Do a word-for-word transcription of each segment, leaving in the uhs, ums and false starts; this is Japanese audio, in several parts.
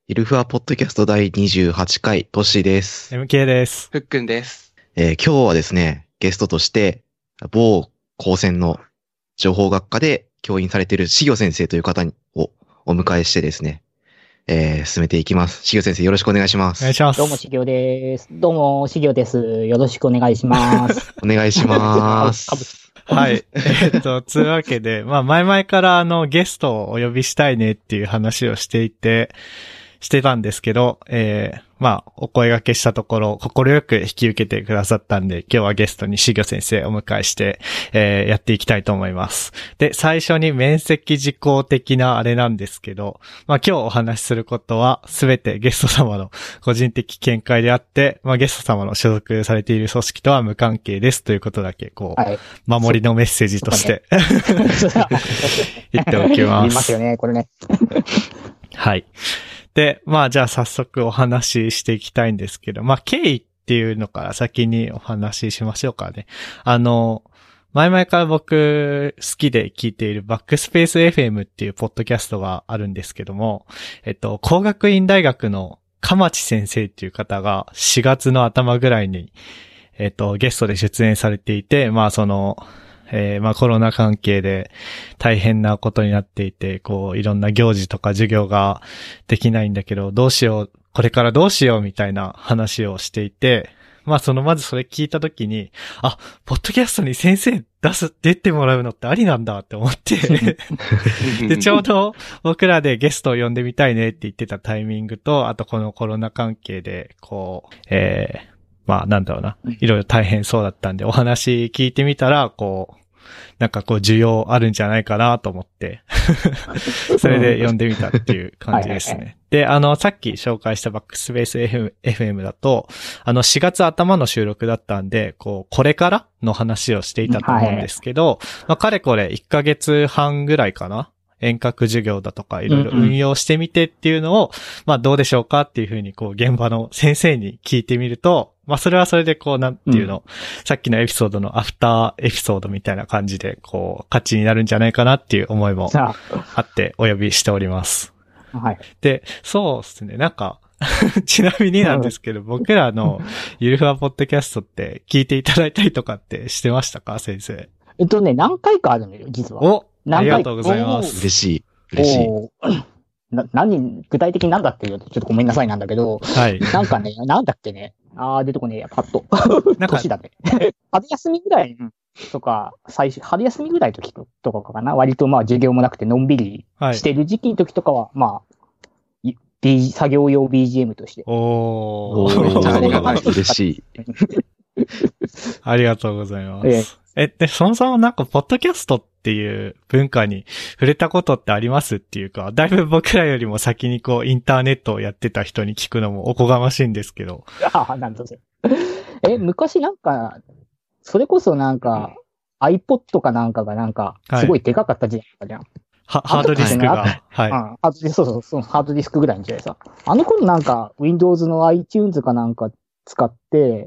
ゆるふわポッドキャストだいにじゅうはちかい、トッシーです。 エムケー です。 ふっくんです。 えー今日はですね、ゲストとして、某高専の情報学科で教員されているしぎょ先生という方をお迎えしてですね、えー進めていきます。しぎょ先生よろしくお願いします。 お願いします。 どうも、しぎょです。どうも、しぎょです。よろしくお願いします。 お願いします。 かぶはい。えっと、つうわけで、まあ、前々からあの、ゲストをお呼びしたいねっていう話をしていて、してたんですけど、えー、まあ、お声掛けしたところ、心よく引き受けてくださったんで、今日はゲストにしぎょ先生をお迎えして、えー、やっていきたいと思います。で、最初に面積事項的なあれなんですけど、まあ、今日お話しすることは、すべてゲスト様の個人的見解であって、まあ、ゲスト様の所属されている組織とは無関係ですということだけ、こう、 はい。 守りのメッセージとして、言っておきます。 言いますよね、これね。 はい。で、まあじゃあ早速お話ししていきたいんですけど、まあ経緯っていうのから先にお話ししましょうかね。あの、前々から僕好きで聞いているバックスペース エフエム っていうポッドキャストがあるんですけども、えっと、工学院大学の鎌地先生っていう方がしがつの頭ぐらいに、えっと、ゲストで出演されていて、まあその、えー、まあコロナ関係で大変なことになっていて、こういろんな行事とか授業ができないんだけど、どうしよう、これからどうしようみたいな話をしていて、まあそのまずそれ聞いたときに、あ、ポッドキャストに先生出す、出てもらうのってありなんだって思ってで、ちょうど僕らでゲストを呼んでみたいねって言ってたタイミングと、あとこのコロナ関係で、こう、えー、まあなんだろうな、いろいろ大変そうだったんでお話聞いてみたら、こう、なんかこう需要あるんじゃないかなと思ってそれで読んでみたっていう感じですね。はいはいはい、で、あの、さっき紹介したバックスペース エフエム だと、あのしがつ頭の収録だったんで、こう、これからの話をしていたと思うんですけど、はい、まあ、かれこれいっかげつはんぐらいかな、遠隔授業だとかいろいろ運用してみてっていうのを、うんうん、まあどうでしょうかっていうふうにこう現場の先生に聞いてみると、まあそれはそれでこうなんていうの、うん、さっきのエピソードのアフターエピソードみたいな感じでこう価値になるんじゃないかなっていう思いもあってお呼びしております。 はい。 で、そうですね、なんかちなみになんですけど、僕らのゆるふわポッドキャストって聞いていただいたりとかってしてましたか、先生？ えっとね、何回かあるのよ、実は。 おありがとうございます。 嬉しい。嬉しい。 な、何、具体的になんだって言うとちょっとごめんなさいなんだけど、 はい。 なんかね、なんだっけね、あー、出てこねえや、パッと。 なんか年だね。春休みぐらいとか、最初、春休みぐらいの時とかかな、割とまあ授業もなくてのんびりしてる時期の時とかは、はい、まあ、B、作業用 ビージーエム として。 おー。ありがたい。嬉しい。 ありがとうございます。ええ、で、そもそもなんか、ポッドキャストっていう文化に触れたことってありますっていうか、だいぶ僕らよりも先にこう、インターネットをやってた人に聞くのもおこがましいんですけど。 ああ、なんだそれ。え、昔なんか、それこそなんか、iPod かなんかがなんか、すごいでかかった時代じゃん。 はハードディスクが。はい。 うん、ハードディスク、そうそう、そうハードディスクぐらいの時代さ。あの頃なんか、Windows の iTunes かなんか使って、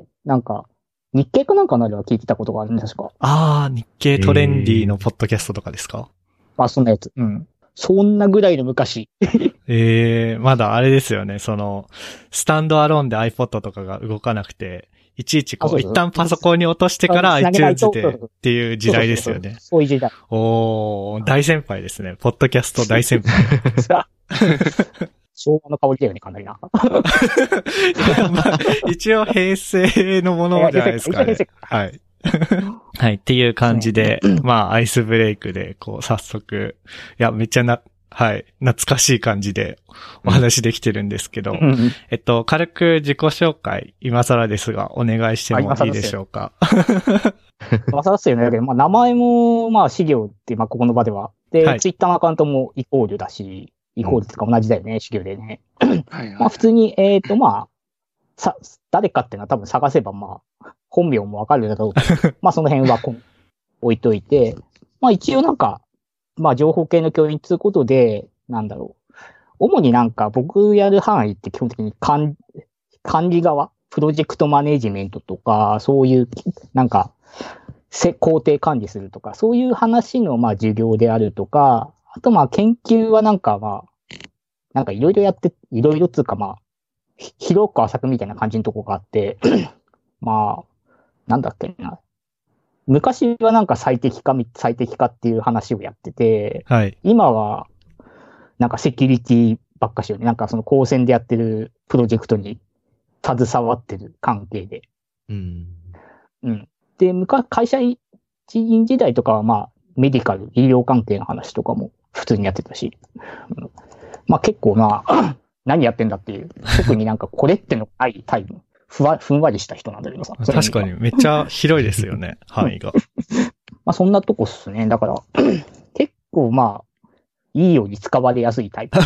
なんか、日経かなんかのあれは聞いてたことがあるんですか？ ああ、日経トレンディのポッドキャストとかですか？ あ、そんなやつ。うん。そんなぐらいの昔。 ええー、まだあれですよね。その、スタンドアローンで iPod とかが動かなくて、いちいちこう、そうそう一旦パソコンに落としてから iTunes でっていう時代ですよね。 そういう時代。 おー、大先輩ですね。ポッドキャスト大先輩。 昭和の香りだよね、かなりな。 いや、まあ、一応平成のものじゃないですかね。はい。はい、っていう感じで、まあ、アイスブレイクで、こう、早速、いや、めっちゃな、はい、懐かしい感じでお話できてるんですけど、えっと、軽く自己紹介、今更ですが、お願いしてもいいでしょうか。 今更ですよね。だけど、まあ、名前も、まあ、資料って、まあ、ここの場では。で、はい、ツイッターのアカウントもイコールだし、イコールとか同じだよね、資料でね。はいはい、まあ普通に、えっ、ー、とまあ、さ、誰かっていうのは多分探せばまあ、本名もわかるだろうけど、まあその辺はこ置いといて、まあ一応なんか、まあ情報系の教員ということで、なんだろう。主になんか僕やる範囲って基本的に管管理側、プロジェクトマネジメントとか、そういう、なんか、工程管理するとか、そういう話のまあ授業であるとか、あとまあ研究はなんかまあ、 なんかいろいろやって、いろいろつうかまあ、広く浅くみたいな感じのとこがあって、まあ、なんだっけな。昔はなんか最適化、最適化っていう話をやってて、 はい、 今は、なんかセキュリティばっかしよね。なんかその高専でやってるプロジェクトに携わってる関係で。 うん。 うん。で、昔、会社員時代とかはまあ、メディカル、医療関係の話とかも普通にやってたし。うん、まあ結構な、何やってんだっていう、特になんかこれってのないタイム。ふわ、ふんわりした人なんだけどさ。 確かにめっちゃ広いですよね、範囲が。 まあそんなとこっすね。だから、結構まあ、いいように使われやすいタイプ。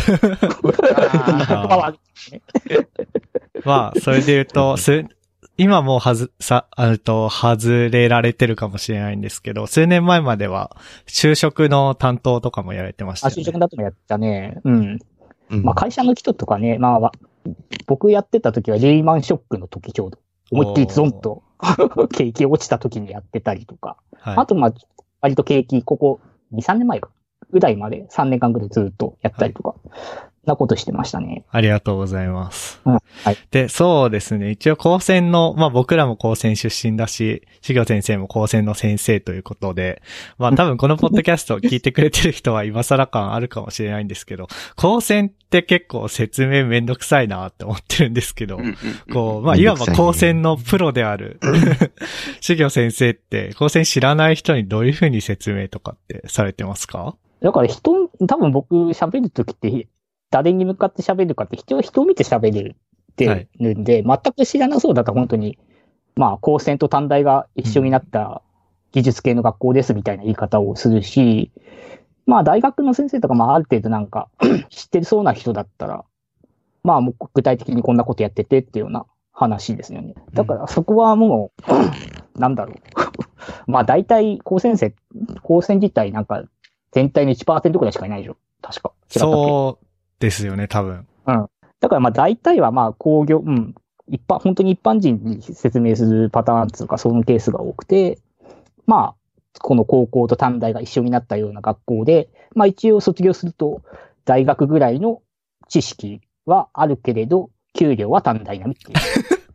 まあ、それで言うと、す、今もうはず、さ、あと、外れられてるかもしれないんですけど、数年前までは、就職の担当とかもやられてましたよね。 あ、就職だともやったね。うん。うん、まあ会社の人とかね、まあ、僕やってた時はリーマンショックの時ちょうど、思いっきりゾンと景気落ちた時にやってたりとか。はい、あとまあ、割と景気、ここに、さんねんまえか。ぐらいまでさんねんかんぐらいずっとやったりとか、なことしてましたね。 ありがとうございます。 うん、はい。 で、そうですね。一応高専の、まあ僕らも高専出身だし、しぎょ先生も高専の先生ということで、まあ多分このポッドキャストを聞いてくれてる人は今更感あるかもしれないんですけど、高専って結構説明めんどくさいなって思ってるんですけど、こう、まあいわば高専のプロである、しぎょ先生って高専知らない人にどういうふうに説明とかってされてますか？ だから人、多分僕喋るときって、誰に向かって喋るかって人、人を見て喋るってるんで、はい、全く知らなそうだと本当に、まあ、高専と短大が一緒になった技術系の学校ですみたいな言い方をするし、まあ、大学の先生とか、まあ、ある程度なんか、知ってるそうな人だったら、まあ、もう具体的にこんなことやっててっていうような話ですよね。だから、そこはもう、なんだろう。まあ、大体、高専生、高専自体なんか、全体の いちパーセント くらいしかいないでしょ。確か。 そうですよね、多分。 うん。だからまあ大体はまあ工業、うん。一般、本当に一般人に説明するパターンとかそのケースが多くて、まあ、この高校と短大が一緒になったような学校で、まあ一応卒業すると大学ぐらいの知識はあるけれど、給料は短大並みっていう。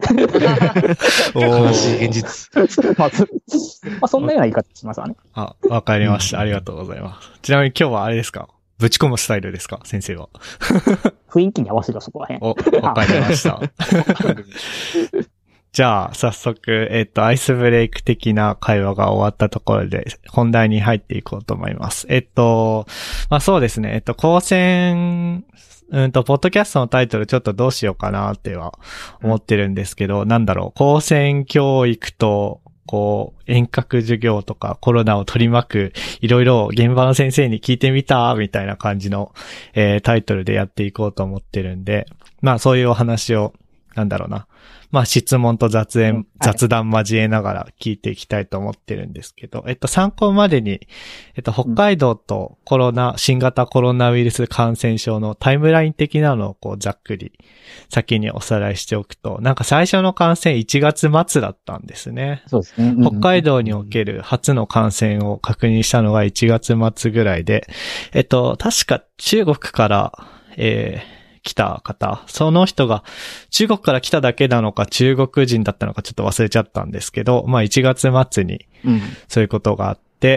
悲しい現実。 まあ、まあ、そんなような言い方しますわね。 あ、わかりました。ありがとうございます。ちなみに今日はあれですか？ぶち込むスタイルですか？先生は。 雰囲気に合わせたそこら辺。 お、わかりました。じゃあ、早速、えっと、アイスブレイク的な会話が終わったところで、本題に入っていこうと思います。えっと、まあそうですね。えっと、高専、うんと、ポッドキャストのタイトルちょっとどうしようかなっては思ってるんですけど、なんだろう、高専教育と、こう、遠隔授業とかコロナを取り巻く、いろいろ現場の先生に聞いてみた、みたいな感じの、えー、タイトルでやっていこうと思ってるんで、まあそういうお話を、なんだろうな。まあ質問と雑演、雑談交えながら聞いていきたいと思ってるんですけど、えっと参考までに、えっと北海道とコロナ、新型コロナウイルス感染症のタイムライン的なのをこうざっくり先におさらいしておくと、なんか最初の感染いちがつ末だったんですね。 そうですね。 北海道における初の感染を確認したのがいちがつ末ぐらいで、えっと確か中国から、えー来た方、その人が中国から来ただけなのか中国人だったのかちょっと忘れちゃったんですけど、まあいちがつ末にそういうことがあって、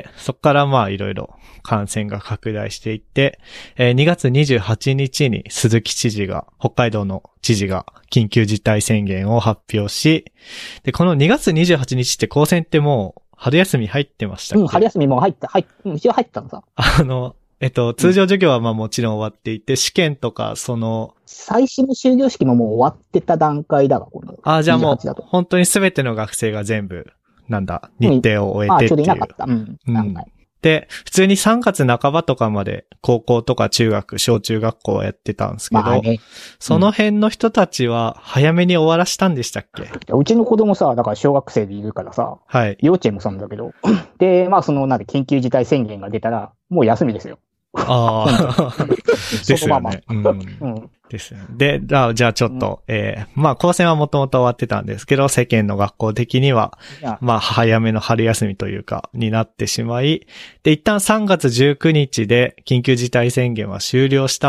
うん、そこからまあいろいろ感染が拡大していって、えー、にがつにじゅうはちにちに鈴木知事が、北海道の知事が緊急事態宣言を発表し、で、このにがつにじゅうはちにちって高専ってもう春休み入ってましたっけ？ うん、春休みもう入った、入っ、一応入ったのさ。 あの、えっと、通常授業はまあもちろん終わっていて、試験とか、その、 最新の終業式ももう終わってた段階だわ、これ。 ああ、じゃあもう、本当にすべての学生が全部、なんだ、日程を終えてっていう。 ああ、ちょうどいなかった。うん。うん、 で、普通にさんがつなかばとかまで高校とか中学、小中学校はやってたんですけど、まあね、その辺の人たちは早めに終わらしたんでしたっけ？ うん、うちの子供さ、だから小学生でいるからさ、 はい。 幼稚園もそうなんだけど、で、まあその、なんで緊急事態宣言が出たら、もう休みですよ。 ああ。ですよね。うん。うん、ですよね。で、じゃあ、じゃあちょっと、うん、えー、まあ、高専はもともと終わってたんですけど、世間の学校的には、まあ、早めの春休みというか、になってしまい、で、一旦さんがつじゅうくにちで緊急事態宣言は終了したん、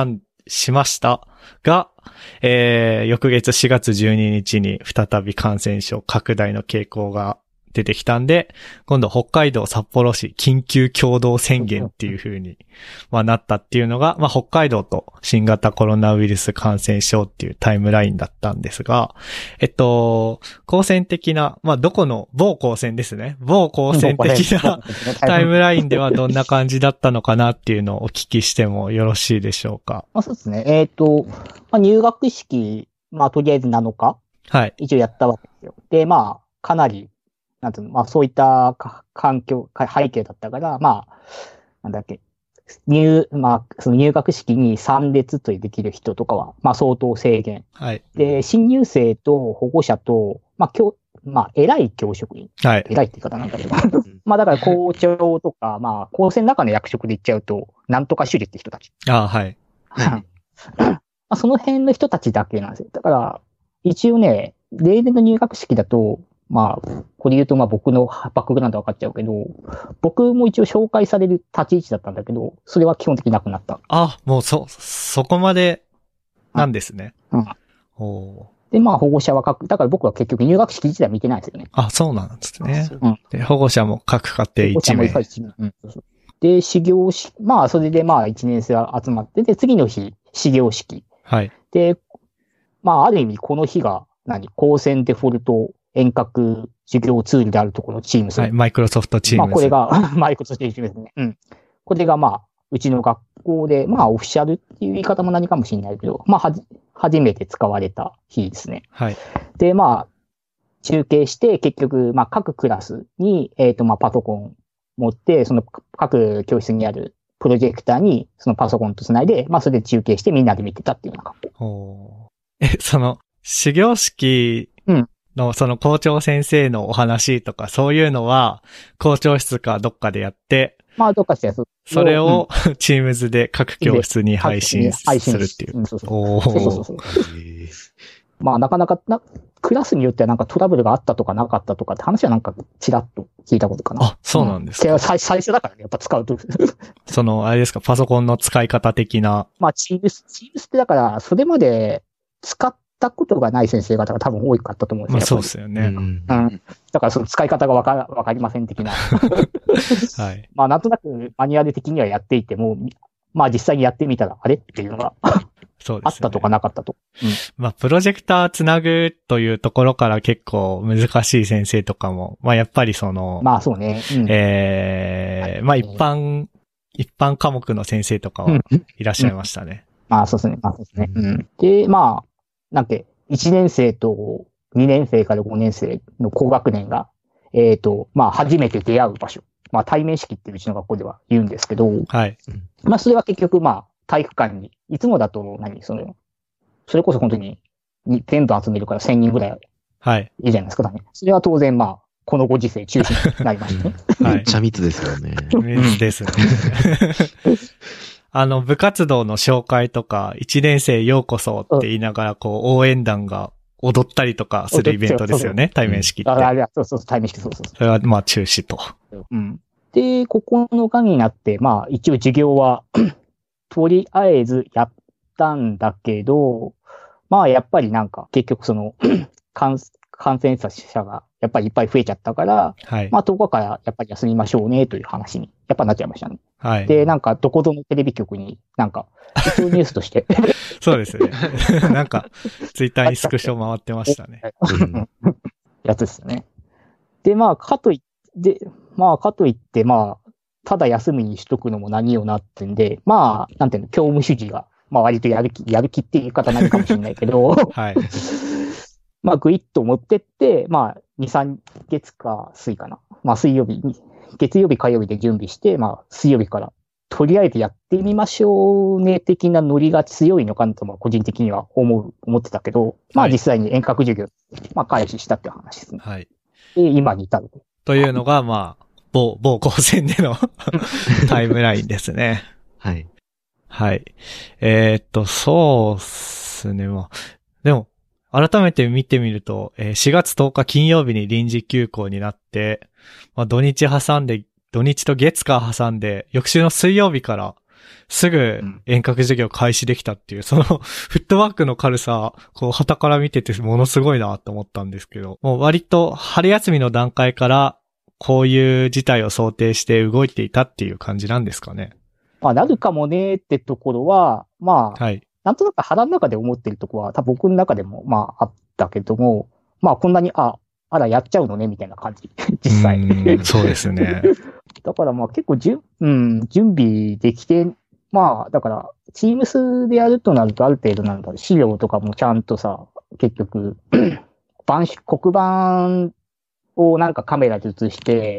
しましたが、えー、翌月しがつじゅうににちに再び感染症拡大の傾向が出てきたんで、今度北海道札幌市緊急共同宣言っていう風に、まあ、なったっていうのが、まあ、北海道と新型コロナウイルス感染症っていうタイムラインだったんですが、えっと、高専的な、まあ、どこの某高専ですね。某高専的なタイムラインではどんな感じだったのかなっていうのをお聞きしてもよろしいでしょうか。 まあ、そうですね。えっと、まあ、入学式、まあ、とりあえずなのか、 はい。 一応やったわけですよ。で、まあ、かなり、なんていうの、まあそういった環境、背景だったから、まあ、なんだっけ、入、まあ、その入学式に参列とできる人とかは、まあ相当制限。 はい。 で、新入生と保護者と、まあ教、まあ偉い教職員。 はい。 偉いって言い方なんだけど。まあだから校長とか、まあ高専の中の役職で言っちゃうと、なんとか主事って人たち。 ああ、はい。 まあその辺の人たちだけなんですよ。だから、一応ね、例年の入学式だと、まあ、これ言うとまあ僕のバックグラウンド分かっちゃうけど、僕も一応紹介される立ち位置だったんだけど、それは基本的になくなった。 あ、もうそ、そこまでなんですね。 うん。 おで、まあ保護者は各、だから僕は結局入学式自体見てないですよね。 あ、そうなんですね。 うん。 で、保護者も各家庭いち名。 保護者もいち名。うん。で、始業式、まあそれでまあいちねん生は集まって、で、次の日、始業式。 はい。 で、まあある意味この日が何、高専デフォルト遠隔授業ツールであるところのチームズ。 はい、マイクロソフトチームズ。 まあこれが、マイクロソフトチームズね。うん。これがまあ、うちの学校で、まあオフィシャルっていう言い方も何かもしれないけど、まあはじ、初めて使われた日ですね。 はい。 で、まあ、中継して結局、まあ各クラスに、えっとまあパソコン持って、その各教室にあるプロジェクターにそのパソコンとつないで、まあそれで中継してみんなで見てたっていうような格好。 おえ、その、始業式、うんの、その校長先生のお話とか、そういうのは、校長室かどっかでやって、 まあ、どっかしてやつ。 それを、うん、チームズで各教室に配信するっていう。 うん、そうそう。そうそうそう。まあ、なかなかな、クラスによってはなんかトラブルがあったとかなかったとかって話はなんかちらっと聞いたことかな。 あ、そうなんですか。 うん、最初だからね、やっぱ使うと。 その、あれですか、パソコンの使い方的な。 まあ、チームス、チームスってだから、それまで使っったことがない先生方が多分多かったと思うんですよ。 まあそうですよね。うん。 だからその使い方がわか、わかりません的な。 はい。 まあなんとなくマニュアル的にはやっていても、まあ実際にやってみたら、あれっていうのがそうですね、あったとかなかったと。 うん、まあプロジェクターつなぐというところから結構難しい先生とかも、まあやっぱりその、 まあそうね。うん、 ええー、まあ一般、一般科目の先生とかはいらっしゃいましたね。うんうん、 まあそうですね。まあそうですね。うん、で、まあ、なんて、いちねん生とにねん生からごねん生の高学年が、えっと、まあ初めて出会う場所。まあ対面式ってうちの学校では言うんですけど、 はい。 まあそれは結局まあ体育館に、いつもだと何、その、それこそ本当に全部集めるからせんにんぐらい。 はい。 いいじゃないですかね。それは当然まあ、このご時世中止になりましたね。 はい。めっちゃ密ですよね。 密ですね。あの、部活動の紹介とか、いちねん生ようこそって言いながら、こう、応援団が踊ったりとかするイベントですよね、対面式って。 ああ、そうそう、対面式、そうそう。 それは、まあ、中止と。 うん。で、ここの間になって、まあ、一応授業は、とりあえずやったんだけど、まあ、やっぱりなんか、結局その、感、感染者がやっぱりいっぱい増えちゃったから、 はい。 まあ、とおかからやっぱり休みましょうねという話に、やっぱなっちゃいましたね。 はい。 で、なんか、どこぞのテレビ局になんか、一応ニュースとして。 そうですね。なんか、ツイッターにスクショ回ってましたね。 やつですよね。で、まあ、かといって、まあ、かといって、まあ、ただ休みにしとくのも何よなってんで、まあ、なんていうの、教務主事が、まあ割とやる気、やる気っていう言い方ないかもしれないけど、 はい。 まあ、ぐいっと持ってって、まあ、に、さんげつか水かな。まあ、水曜日に、月曜日、火曜日で準備して、まあ、水曜日から、とりあえずやってみましょうね、的なノリが強いのかなと、まあ、個人的には思う、思ってたけど、まあ、実際に遠隔授業、まあ、開始したっていう話ですね。 はい。 で、今に至る。 というのが、まあ、某、某高専でのタイムラインですね。 はい。 はい。えー、っと、そうっすね。まあ、でも、改めて見てみると、しがつとおか金曜日に臨時休校になって、まあ、土日挟んで、土日と月火挟んで、翌週の水曜日からすぐ遠隔授業開始できたっていう、そのフットワークの軽さ、こう、傍から見ててものすごいなと思ったんですけど、もう割と春休みの段階から、こういう事態を想定して動いていたっていう感じなんですかね。 まあ、なるかもねってところは、まあ、はい、なんとなく腹の中で思ってるところは、多分僕の中でも、まあ、あったけども、まあ、こんなに、あ、あら、やっちゃうのね、みたいな感じ。実際。 うんそうですね。 だからまあ結構じゅ、うん、準備できて、まあ、だから、チームスでやるとなるとある程度なんだろう、資料とかもちゃんとさ、結局、板紙、黒板をなんかカメラで映して、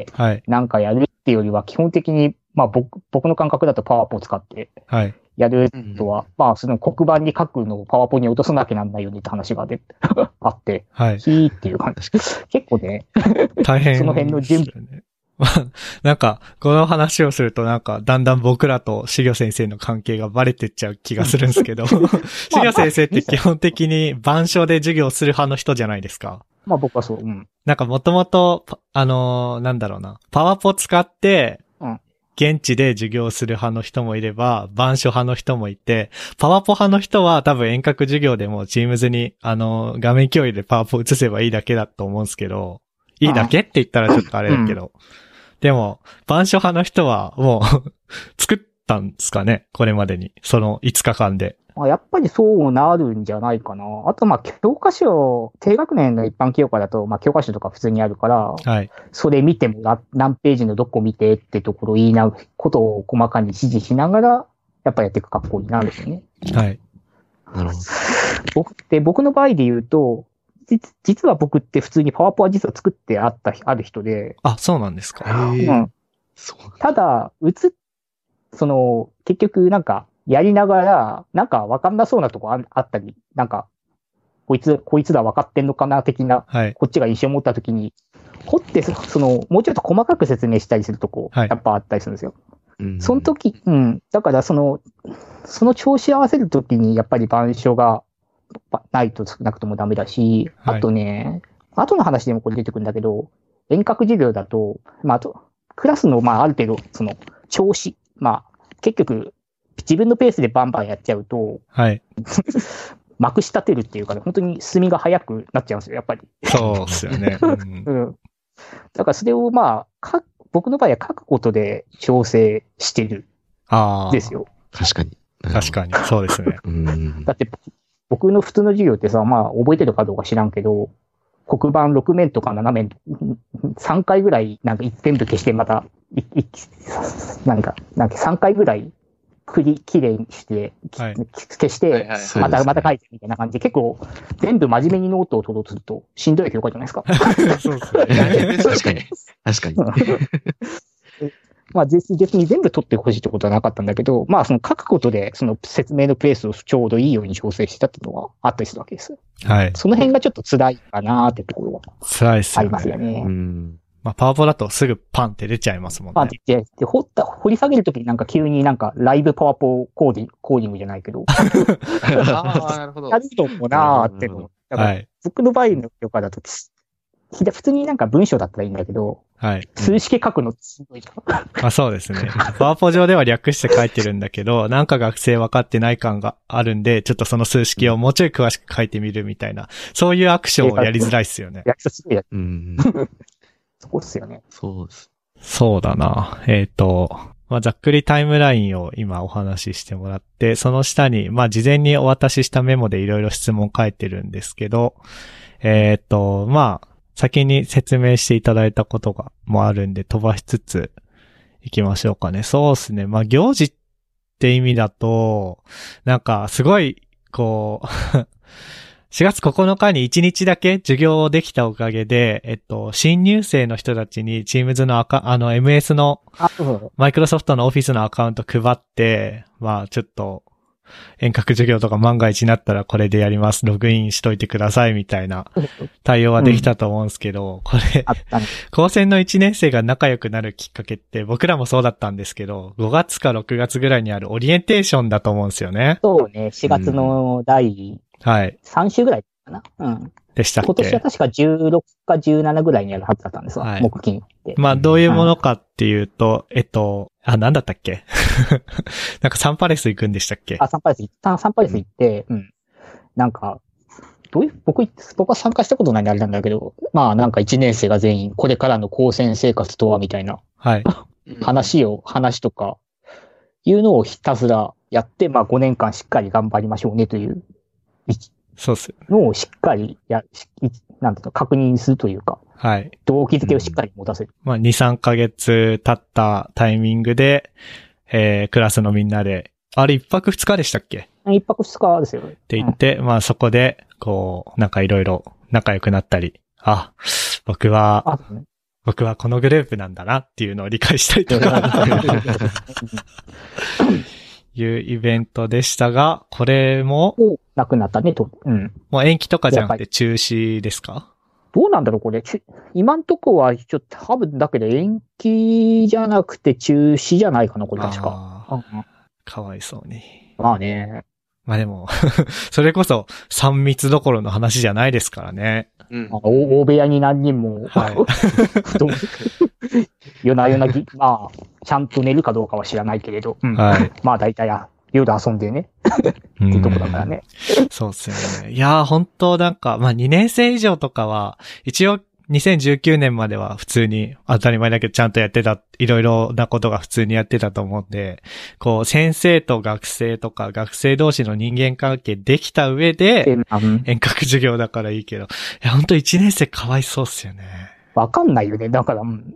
はい、なんかやるっていうよりは、基本的に、まあ僕、僕の感覚だとパワポを使って、やるとは、はい、まあその黒板に書くのをパワポに落とさなきゃなんないよねって話がであって、はい、ヒーっていう感じ。結構ね、 大変、 その辺の準備。 なんか、この話をするとなんか、だんだん僕らとしぎょ先生の関係がバレてっちゃう気がするんですけど、しぎょ先生って基本的に板書で授業する派の人じゃないですか。 まあ僕はそう。うん。 なんかもともと、あのー、なんだろうな、パワポ使って、現地で授業する派の人もいれば、板書派の人もいて、パワポ派の人は多分遠隔授業でも Teams に、あのー、画面共有でパワポ映せばいいだけだと思うんですけど、いいだけって言ったらちょっとあれだけど。うん、でも、板書派の人はもう作ったんですかね、これまでに。そのいつかかんで。 やっぱりそうなるんじゃないかな。あとまあ教科書、低学年の一般教科だとまあ教科書とか普通にあるから、はい、それ見ても何ページのどこ見てってところを言いな、ことを細かに指示しながら、やっぱりやっていく格好になるんですよね。 はい。 なるほど。 僕で、僕の場合で言うと、実は僕って普通にパワポは実は作ってあった、ある人で。 あ、そうなんですか。 うん。ただ、うつ、その、結局なんか、やりながら、なんか分かんなそうなとこ あ, あったり、なんか、こいつ、こいつら分かってんのかな的な、はい、こっちが印象を持ったときに、掘って、その、もうちょっと細かく説明したりするとこ、はい、やっぱあったりするんですよ。うん、その時、うん。だからその、その調子合わせるときに、やっぱり板書が、ないと少なくともダメだし、あとね、はい、後の話でもこれ出てくるんだけど、遠隔授業だと、まあ、あと、クラスの、まあ、ある程度、その、調子、まあ、結局、自分のペースでバンバンやっちゃうと、 はい。 まくし立てるっていうかね、本当に進みが早くなっちゃうんですよ、やっぱり。 そうですよね。うん。 うん。だからそれをまあ、か、僕の場合は書くことで調整してる。 ああ。 ですよ。 確かに。 確かに。そうですね。 うん。 だって、僕の普通の授業ってさ、まあ、覚えてるかどうか知らんけど、黒板ろく面とかなな面、さんかいぐらい、なんか全部消してまた、い、い、なんか、なんかさんかいぐらい、くり、きれいにして、はい、消して、また、また書いてみたいな感じで、結構、全部真面目にノートを取ろうとすると、しんどい教科じゃないですか。 そうですね。 確かに。確かに。 まあ、別に全部取ってほしいってことはなかったんだけど、まあ、その書くことで、その説明のペースをちょうどいいように調整してたっていうのはあったりするわけです。 はい。 その辺がちょっと辛いかなーってところは。 辛いっすよね。 ありますよね。 うん。 まあ、パワポだとすぐパンって出ちゃいますもんね。 パンって出て、掘った、掘り下げるときになんか急になんかライブパワポコーディコーディングじゃないけど。 ああ、なるほど。 やるともなーっての。だから、僕の場合の教科だと、普通になんか文章だったらいいんだけど、 はい。 数式書くのすごいか。 まあそうですね。パワポ上では略して書いてるんだけど、なんか学生分かってない感があるんで、ちょっとその数式をもうちょい詳しく書いてみるみたいな、そういうアクションをやりづらいっすよね。 やりすぎや。 うん。 そこっすよね。 そうです。 そうだな。えっと、まあ、ざっくりタイムラインを今お話ししてもらって、その下に、まあ、事前にお渡ししたメモでいろいろ質問書いてるんですけど、えっと、まあ、先に説明していただいたことがもあるんで飛ばしつつ行きましょうかね。そうですね。まあ、行事って意味だと、なんかすごい、こう、しがつここのかにいちにちだけ授業できたおかげで、えっと、新入生の人たちに Teams のアカ、あの エムエス の、マイクロソフトのオフィスのアカウント配って、まあちょっと、遠隔授業とか万が一になったらこれでやります。ログインしといてくださいみたいな対応はできたと思うんですけど、うん、これ、高専のいちねん生が仲良くなるきっかけって僕らもそうだったんですけど、ごがつかろくがつぐらいにあるオリエンテーションだと思うんですよね。 そうね、しがつの第、 はい。 さん週ぐらいかな。うん。 でしたっけ？ 今年は確かじゅうろくかじゅうななぐらいにやるはずだったんですわ。はい、木金って。 まあ、どういうものかっていうと、うん、えっと、あ、なんだったっけなんかサンパレス行くんでしたっけ？ あ、サンパレス行った、サンパレス行って、うん。なんか、どういう、僕、僕は参加したことないんであれなんだけど、まあなんかいちねん生が全員、これからの高専生活とはみたいな。 はい。 話を、話とか、いうのをひたすらやって、まあごねんかんしっかり頑張りましょうねという。 そうっす。 のをしっかりや、なんていうの、確認するというか。 はい。 動機づけをしっかり持たせる。 うん、まあに、さんかげつ経ったタイミングで、えー、クラスのみんなで、あれ一泊二日でしたっけ？ 一泊二日ですよ。 って言って、うん、まあそこで、こう、なんかいろいろ仲良くなったり、あ、僕は、あね、僕はこのグループなんだなっていうのを理解したりとか、いうイベントでしたが、これも、 なくなったねと。うん。 もう延期とかじゃなくて中止ですか？ どうなんだろうこれ。今んとこはちょっと多分だけど延期じゃなくて中止じゃないかな、これ確か。 あうん、かわいそうに。 まあね。 まあでも、それこそ三密どころの話じゃないですからね。 うん、大部屋に何人も、はい、夜な夜なぎ、まあ、ちゃんと寝るかどうかは知らないけれど、うん、はい、まあ大体夜遊んでね、っていうとこだからね。 そうっすよね。いやー本当なんか、まあにねん生以上とかは、一応にせんじゅうきゅうねんまでは普通に当たり前だけどちゃんとやってた、いろいろなことが普通にやってたと思うんで、こう先生と学生とか学生同士の人間関係できた上で、遠隔授業だからいいけど、いや本当いちねん生かわいそうっすよね。 わかんないよね。だから、うんうん、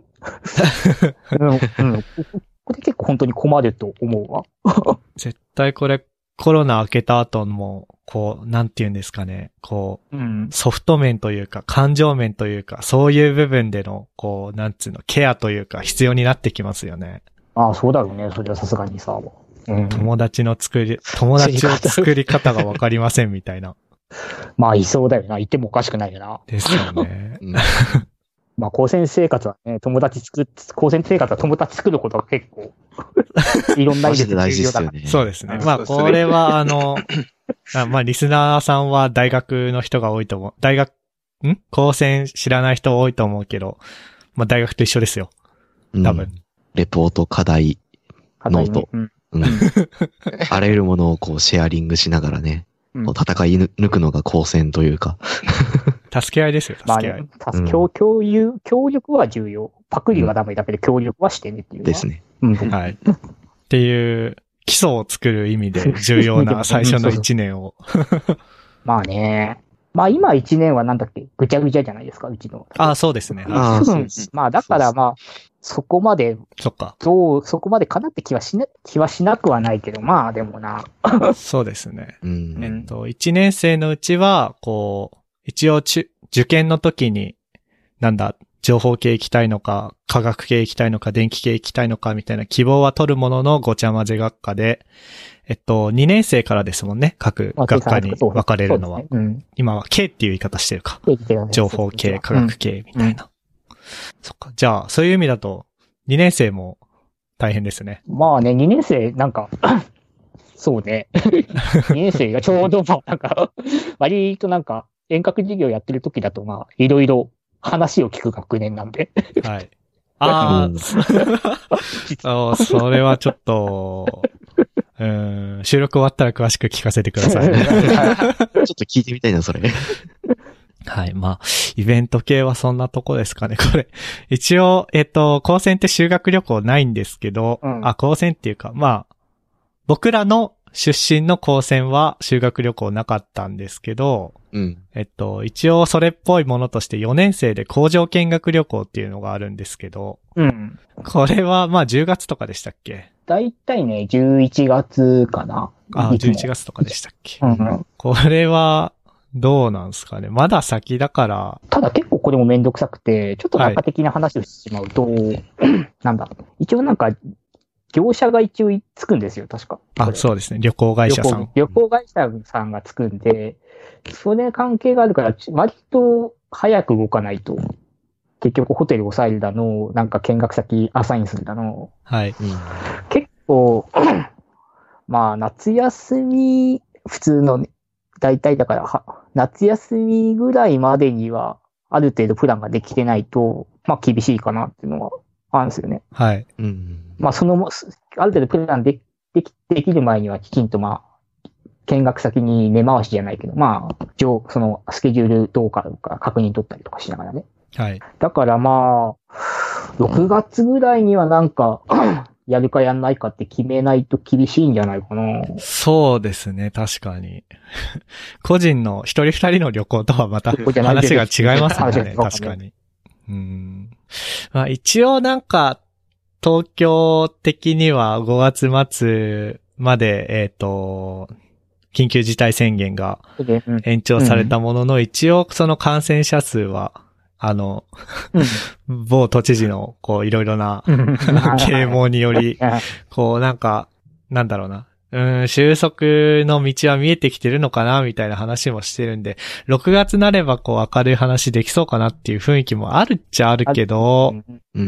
これ結構本当に困ると思うわ。 絶対これコロナ明けた後も、こう、なんて言うんですかね、こう、うん、ソフト面というか、感情面というか、そういう部分での、こう、なんつうの、ケアというか、必要になってきますよね。 ああ、そうだろうね。それはさすがにさ、 うん。友達の作り、友達を作り方がわかりませんみたいな。 まあ、いそうだよな。いてもおかしくないよな。 ですよね。うんまあ、高専生活はね、友達作っ、高専生活は友達作ることが結構、いろんな意味で重要だから。 そうですね。まあ、これは、あの、あまあ、リスナーさんは大学の人が多いと思う。大学、ん高専知らない人多いと思うけど、まあ、大学と一緒ですよ。多分。うん、 レポート、課題、ノート。うんうん、あらゆるものをこう、シェアリングしながらね、うん、こう戦い抜くのが高専というか。 助け合いですよ、助け合い。 まあね、共共有、協力は重要。パクリはダメだけど協力はしてねっていう。 ですね。 うん、はい。っていう基礎を作る意味で重要な最初の一年を。 まあね。まあ今一年はなんだっけぐちゃぐちゃじゃないですか、うちの。 ああ、そうですね。 あうん、まあだからまあ、そこまで、 そっか。 どう、そこまでかなって気はしな、気はしなくはないけど、まあでもな。 そうですね。うん、えっと、一年生のうちは、こう、一応ち、受験の時に、なんだ、情報系行きたいのか、科学系行きたいのか、電気系行きたいのか、みたいな希望は取るもののごちゃ混ぜ学科で、えっと、にねん生からですもんね、各学科に分かれるのは。うん、今は系っていう言い方してるか。情報系、科学系、みたいな。うん、そっか。じゃあ、そういう意味だと、にねん生も大変ですね。 まあね、にねん生、なんか、そうね。にねん生がちょうど、まあ、なんか、割となんか、遠隔授業やってる時だと、まあ、いろいろ話を聞く学年なんで。 はい。ああ、それはちょっと、うん、収録終わったら詳しく聞かせてください。ちょっと聞いてみたいな、それ。 はい。まあ、イベント系はそんなとこですかね、これ。一応、えっと、高専って修学旅行ないんですけど、うん、あ、高専っていうか、まあ、僕らの出身の高専は修学旅行なかったんですけど、うん、えっと、一応それっぽいものとしてよねん生で工場見学旅行っていうのがあるんですけど、うん、これはまあじゅうがつとかでしたっけ？ だいたいね、じゅういちがつかな。 あ、じゅういちがつとかでしたっけ？うん、これはどうなんですかね？まだ先だから。 ただ結構これもめんどくさくて、ちょっと中的な話をしてしまうと、はい、なんだ、一応なんか、業者が一応つくんですよ、確か。 あ、そうですね。旅行会社さん。 旅行、旅行会社さんがつくんで、それ関係があるから、割と早く動かないと、結局ホテルを抑えるだの、なんか見学先アサインするだの。 はい。うん、 結構、まあ、夏休み、普通の、ね、大体だから、 夏休みぐらいまでには、ある程度プランができてないと、まあ厳しいかなっていうのはあるんですよね。 はい。 うん、 まあその、ある程度プランででき、できる前にはきちんとまあ、見学先に根回しじゃないけど、まあ、上、そのスケジュールどうかとか確認取ったりとかしながらね。 はい。 だからまあ、ろくがつぐらいにはなんか、やるかやんないかって決めないと厳しいんじゃないかな。 そうですね、確かに。個人の一人二人の旅行とはまた話が違いますもんね、確かに。うん。まあ一応なんか、東京的にはごがつ末まで、えっと、緊急事態宣言が延長されたものの、一応その感染者数は、あの、うん、某都知事の、こう、いろいろな、啓蒙により、こう、なんか、なんだろうな、うん、収束の道は見えてきてるのかな、みたいな話もしてるんで、ろくがつなれば、こう、明るい話できそうかなっていう雰囲気もあるっちゃあるけど、うん、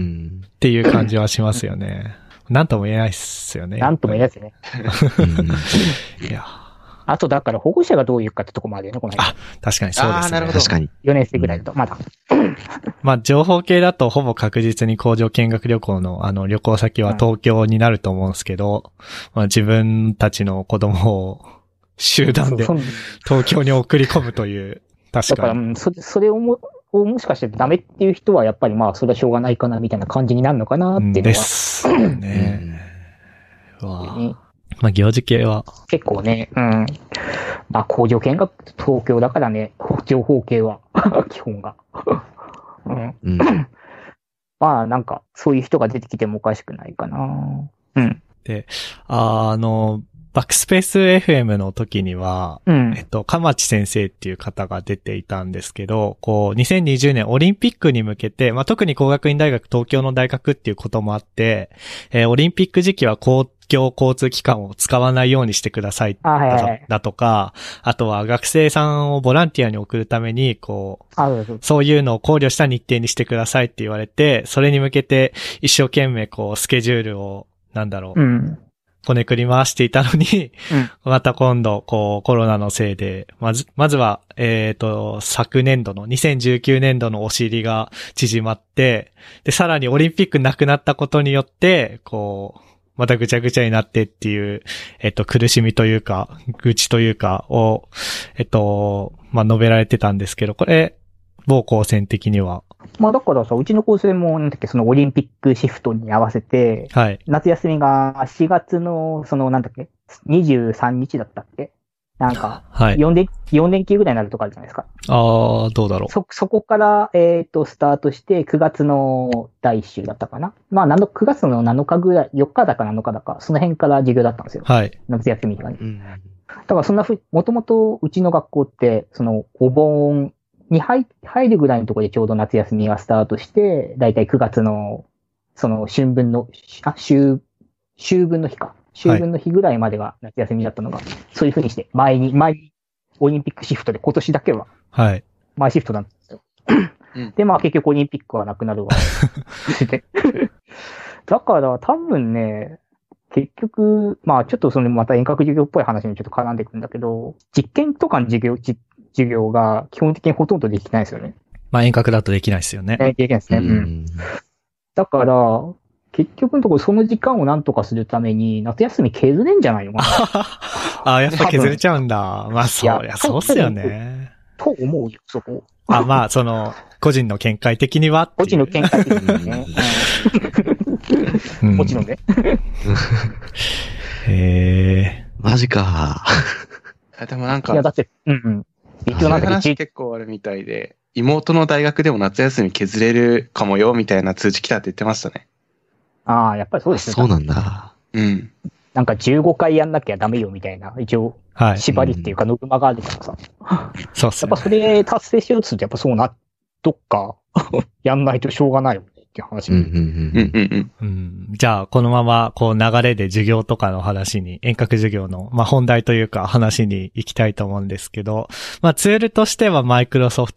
っていう感じはしますよね。なんとも言えないっすよね。 なんとも言えないですね。 いや。 あと、だから保護者がどう言うかってとこもあるよね、このあ、確かにそうですね。 あ、なるほど。 確かに。 よねん生ぐらいだと、まだ。 まあ、情報系だとほぼ確実に工場見学旅行の、あの、旅行先は東京になると思うんですけど、うん、まあ、自分たちの子供を集団で東京に送り込むという、確かに。 だから、それ、それをも、をもしかしてダメっていう人は、やっぱりまあ、それはしょうがないかな、みたいな感じになるのかなっていうのは。 ですね。うわぁ。まあ、行事系は。 結構ね、うん。まあ、工場見学、東京だからね、情報系は、基本が。うん。うん、まあ、なんか、そういう人が出てきてもおかしくないかな。うん。 で、あの、バックスペース エフエム の時には、うん、えっと、かまち先生っていう方が出ていたんですけど、こう、にせんにじゅうねんオリンピックに向けて、まあ、特に工学院大学、東京の大学っていうこともあって、えー、オリンピック時期は公共交通機関を使わないようにしてくださいだ、はいはい、だとか、あとは学生さんをボランティアに送るために、こう、そういうのを考慮した日程にしてくださいって言われて、それに向けて一生懸命こう、スケジュールを、なんだろう、うんこねくり回していたのに、うん、また今度、こう、コロナのせいで、まず、まずは、えっと、昨年度の、にせんじゅうきゅうねんどのお尻が縮まって、で、さらにオリンピックなくなったことによって、こう、またぐちゃぐちゃになってっていう、えっと、苦しみというか、愚痴というかを、えっと、まあ、述べられてたんですけど、これ、某高専的には。 まあだからさ、うちの高専も、なんだっけ、そのオリンピックシフトに合わせて、 はい。 夏休みがしがつの、その、なんだっけ、にじゅうさんにちだったっけなんか、はい。よん連、よん連休ぐらいになるとかあるじゃないですか。 ああ、どうだろう。 そ、そこから、えっと、スタートして、くがつのだいいっ週だったかな。まあ、なんくがつのなのかぐらい、よっかだかなのかだか、その辺から授業だったんですよ。 はい。 夏休みがね。うん、だからそんなふう、もともとうちの学校って、その、お盆、に入るぐらいのところでちょうど夏休みがスタートして、だいたいくがつの、その春分の、あ、秋、秋分の日か。秋分の日ぐらいまでが夏休みだったのが、はい、そういう風にして、前に、前に、オリンピックシフトで今年だけは、 はい。 前シフトなんですよ。で、まあ結局オリンピックはなくなるわ。だから多分ね、結局、まあちょっとそのまた遠隔授業っぽい話にちょっと絡んでいくんだけど、実験とかの授業、実授業が基本的にほとんどできないですよね。 まあ遠隔だとできないですよね。 できないですね。うん。だから、結局のところその時間をなんとかするために、夏休み削れんじゃないのかな。 ああ、やっぱ削れちゃうんだ。まあそう、いや、そうっすよね。 と思うよ、そこ。 あ、まあその、個人の見解的には個人の見解的にね。もちろんね。 へえ。 マジか。 でもなんか、 いやだって、うんうん。 そういう話結構あるみたいで、妹の大学でも夏休み削れるかもよみたいな通知来たって言ってましたね。 ああ、やっぱりそうですね。 そうなんだ。 うん。 なんかじゅうごかいやんなきゃダメよみたいな、一応、縛りっていうかノルマがあるからさ。 はい、そうっすね。 やっぱそれ達成しようとするとやっぱそうな、どっかやんないとしょうがないよねっていう話。 うんうんうんうんうん。じゃあ、このまま、こう流れで授業とかの話に、遠隔授業の、まあ本題というか話に行きたいと思うんですけど、まあツールとしてはマイクロソフトの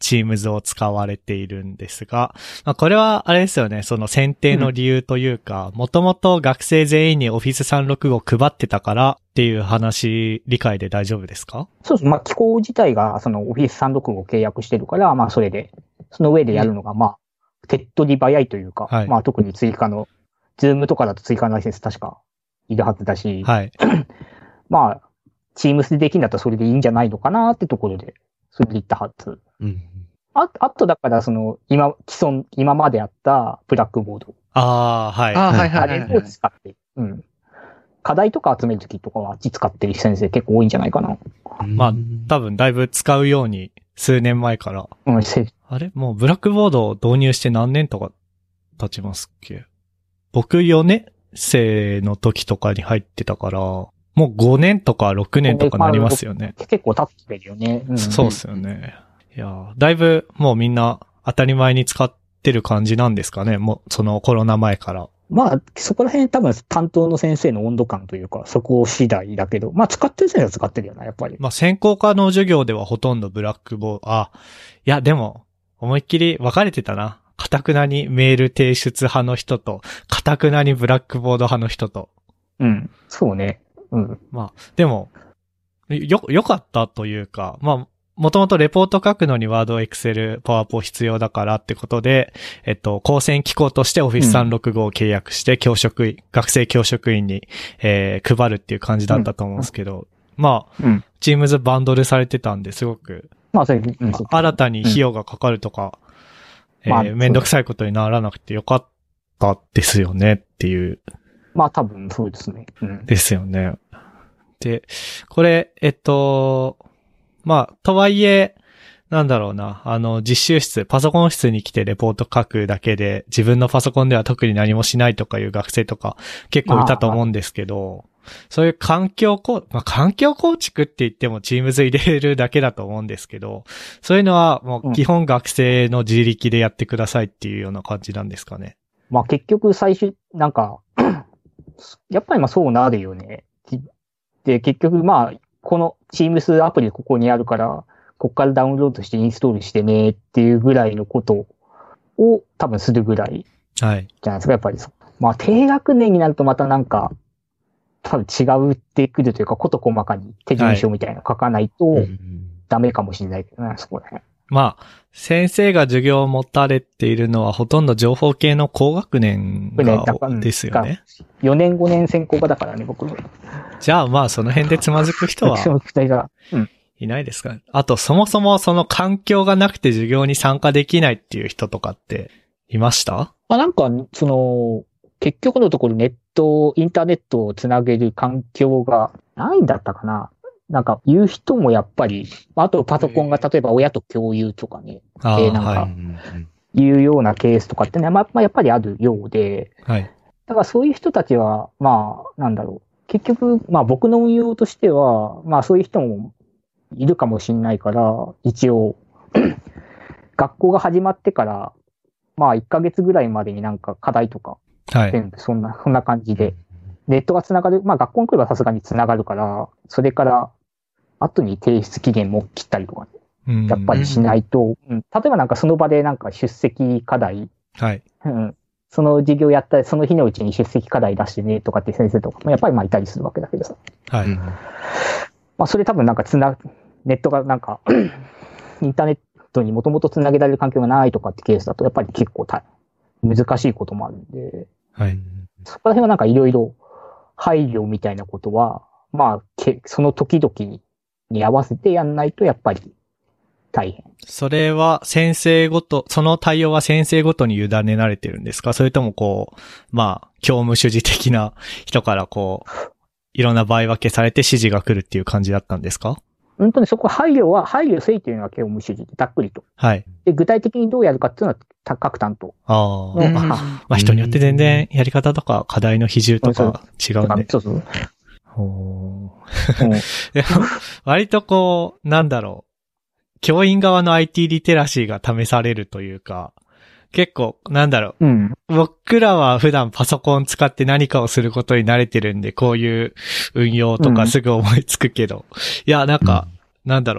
Teams を使われているんですが、まあ、これはあれですよね、その選定の理由というか、もともと学生全員に オフィスさんろくご 配ってたからっていう話、理解で大丈夫ですか？ そうです。まあ、機構自体がその オフィスさんろくご 契約してるから、まあ、それで、その上でやるのが、まあ、手っ取り早いというか、はい、まあ、特に追加の、Zoom とかだと追加のライセンス確かいるはずだし、 はい。 まあ、Teams でできんだったらそれでいいんじゃないのかなってところで、それで言ったはず。 うん。 あ、あとだからその、今、既存、今まであったブラックボード。 ああ、はい。 ああ、はいはいはい。あれを使って、うん。課題とか集めるときとかはあっち使ってる先生結構多いんじゃないかな。 まあ、多分だいぶ使うように、数年前から。 うん、 あれもうブラックボードを導入して何年とか経ちますっけ？僕よねん生の時とかに入ってたから、もうごねんとかろくねんとかなりますよね。 結構経ってるよね。 うん、そうですよね。いや、だいぶもうみんな当たり前に使ってる感じなんですかね。もうそのコロナ前から。 まあ、そこら辺多分担当の先生の温度感というか、そこ次第だけど、まあ使ってる先生は使ってるよな、やっぱり。 まあ専攻科の授業ではほとんどブラックボード、あ、いやでも、思いっきり分かれてたな。かたくなにメール提出派の人と、かたくなにブラックボード派の人と。 うん、そうね。うん。 まあ、でも、よ、良かったというか、まあ、もともとレポート書くのにワード、エクセル、パワポ必要だからってことで、えっと、高専機構として オフィスさんろくご を契約して、教職員、うん、学生教職員に、えー、配るっていう感じだったと思うんですけど、うん、まあ、うん、Teams バンドルされてたんですごく、 まあ、それ、うん、 新たに費用がかかるとか、うん、えー、まあ、めんどくさいことにならなくてよかったですよねっていう。 まあ、多分そうですね。 うん、ですよね。で、これ、えっと、まあ、とはいえ、なんだろうな、あの、実習室、パソコン室に来てレポート書くだけで、自分のパソコンでは特に何もしないとかいう学生とか結構いたと思うんですけど、そういう環境構、まあ、環境構築って言っても Teams 入れるだけだと思うんですけど、そういうのはもう基本学生の自力でやってくださいっていうような感じなんですかね。 まあ結局最終、なんか、やっぱりまあそうなるよね。で、結局まあ、この Teams アプリここにあるから、こっからダウンロードしてインストールしてねっていうぐらいのことを多分するぐらい。 はい。 じゃないですか、やっぱり。まあ低学年になるとまたなんか、多分違うってくるというか、こと細かに手順書みたいなの書かないとダメかもしれないけどね、はい、そこら辺。 まあ、先生が授業を持たれているのはほとんど情報系の高学年がですよね。 よねんごねん専攻科だからね、僕。 じゃあまあその辺でつまずく人はいないですか、うん、あとそもそもその環境がなくて授業に参加できないっていう人とかっていました？ まあなんか、その、結局のところネット、インターネットをつなげる環境がないんだったかな。なんか言う人もやっぱり、あとパソコンが例えば親と共有とかね、えー、なんか、いうようなケースとかってね、まあやっぱりあるようで、 はい。 だからそういう人たちは、まあ、なんだろう。結局、まあ僕の運用としては、まあそういう人もいるかもしれないから、一応、学校が始まってから、まあいっかげつぐらいまでになんか課題とか、 はい。 全部そんな、そんな感じで、ネットがつながる、まあ学校に来ればさすがにつながるから、それから後に提出期限も切ったりとか、ね、やっぱりしないと、うん、例えばなんかその場でなんか出席課題、 はい。 うん、その授業やったらその日のうちに出席課題出してねとかって先生とかもやっぱりまあいたりするわけだけどさ。 はい。 まあそれ多分なんかつな、ネットがなんか、インターネットにもともとつなげられる環境がないとかってケースだとやっぱり結構大難しいこともあるんで、 はい。 そこら辺はなんかいろいろ配慮みたいなことは、まあ、けその時々に合わせてやんないとやっぱり大変。 それは先生ごと、その対応は先生ごとに委ねられてるんですか？それともこう、まあ、教務主事的な人からこう、いろんな場合分けされて指示が来るっていう感じだったんですか？ 本当にそこ配慮は、配慮せいというのは教務主事でざっくりと。 はい。 で、具体的にどうやるかっていうのは各担当。 ああ。まあ人によって全然やり方とか課題の比重とか違うんで。 そうそう。 ほー。でも割とこう、なんだろう。教員側の アイティー リテラシーが試されるというか、結構、なんだろう、うん。僕らは普段パソコン使って何かをすることに慣れてるんで、こういう運用とかすぐ思いつくけど、うん、いや、なんか、なんだろう、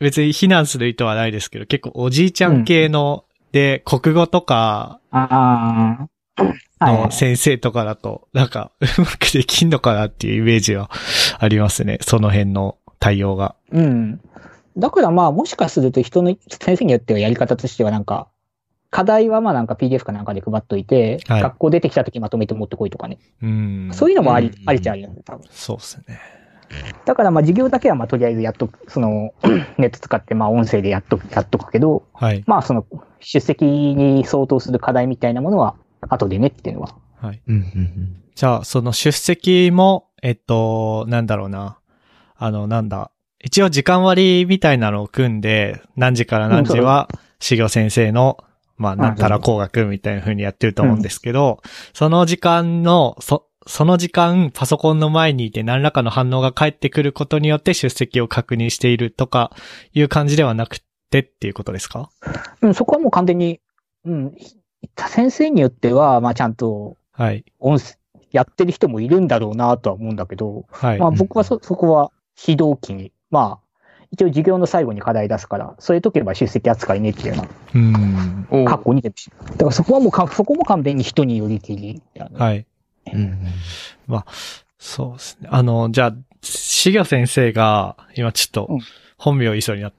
別に非難する意図はないですけど、結構おじいちゃん系の、うん、で、国語とか、 ああ、 の先生とかだと、なんか、うまくできんのかなっていうイメージはありますね。その辺の対応が。 うん。だからまあ、もしかすると人の先生によってはやり方としてはなんか、課題はまあなんか ピーディーエフ かなんかで配っといて、はい、学校出てきた時まとめて持ってこいとかね。 うん。 そういうのもあり、ありちゃありなんだ、多分。 そうですね。 だからまあ授業だけはまあとりあえずやっとく、その、ネット使ってまあ音声でやっとく、やっとくけど、 はい。 まあその、出席に相当する課題みたいなものは、後でねっていうのは。 はい。じゃあ、その出席も、えっと、なんだろうな。あの、なんだ。一応時間割みたいなのを組んで、何時から何時は、しぎょ先生の、まあ、なんたら工学みたいな風にやってると思うんですけど、うん、その時間の、そ、その時間、パソコンの前にいて何らかの反応が返ってくることによって出席を確認しているとかいう感じではなくてっていうことですか？ うん、そこはもう完全に、うん、先生によっては、まあちゃんと、 はい。 音声、やってる人もいるんだろうなとは思うんだけど、 はい。 まあ僕はそ、そこは非同期に、まあ、一応授業の最後に課題出すから、そういう時は出席扱いねっていうような、うん。格好に出てる。だからそこはもうか、そこも完全に人によりきり。 はい。うん。まあ、そうですね。あの、じゃあ、しぎょ先生が、今ちょっと、本名言いそうになった。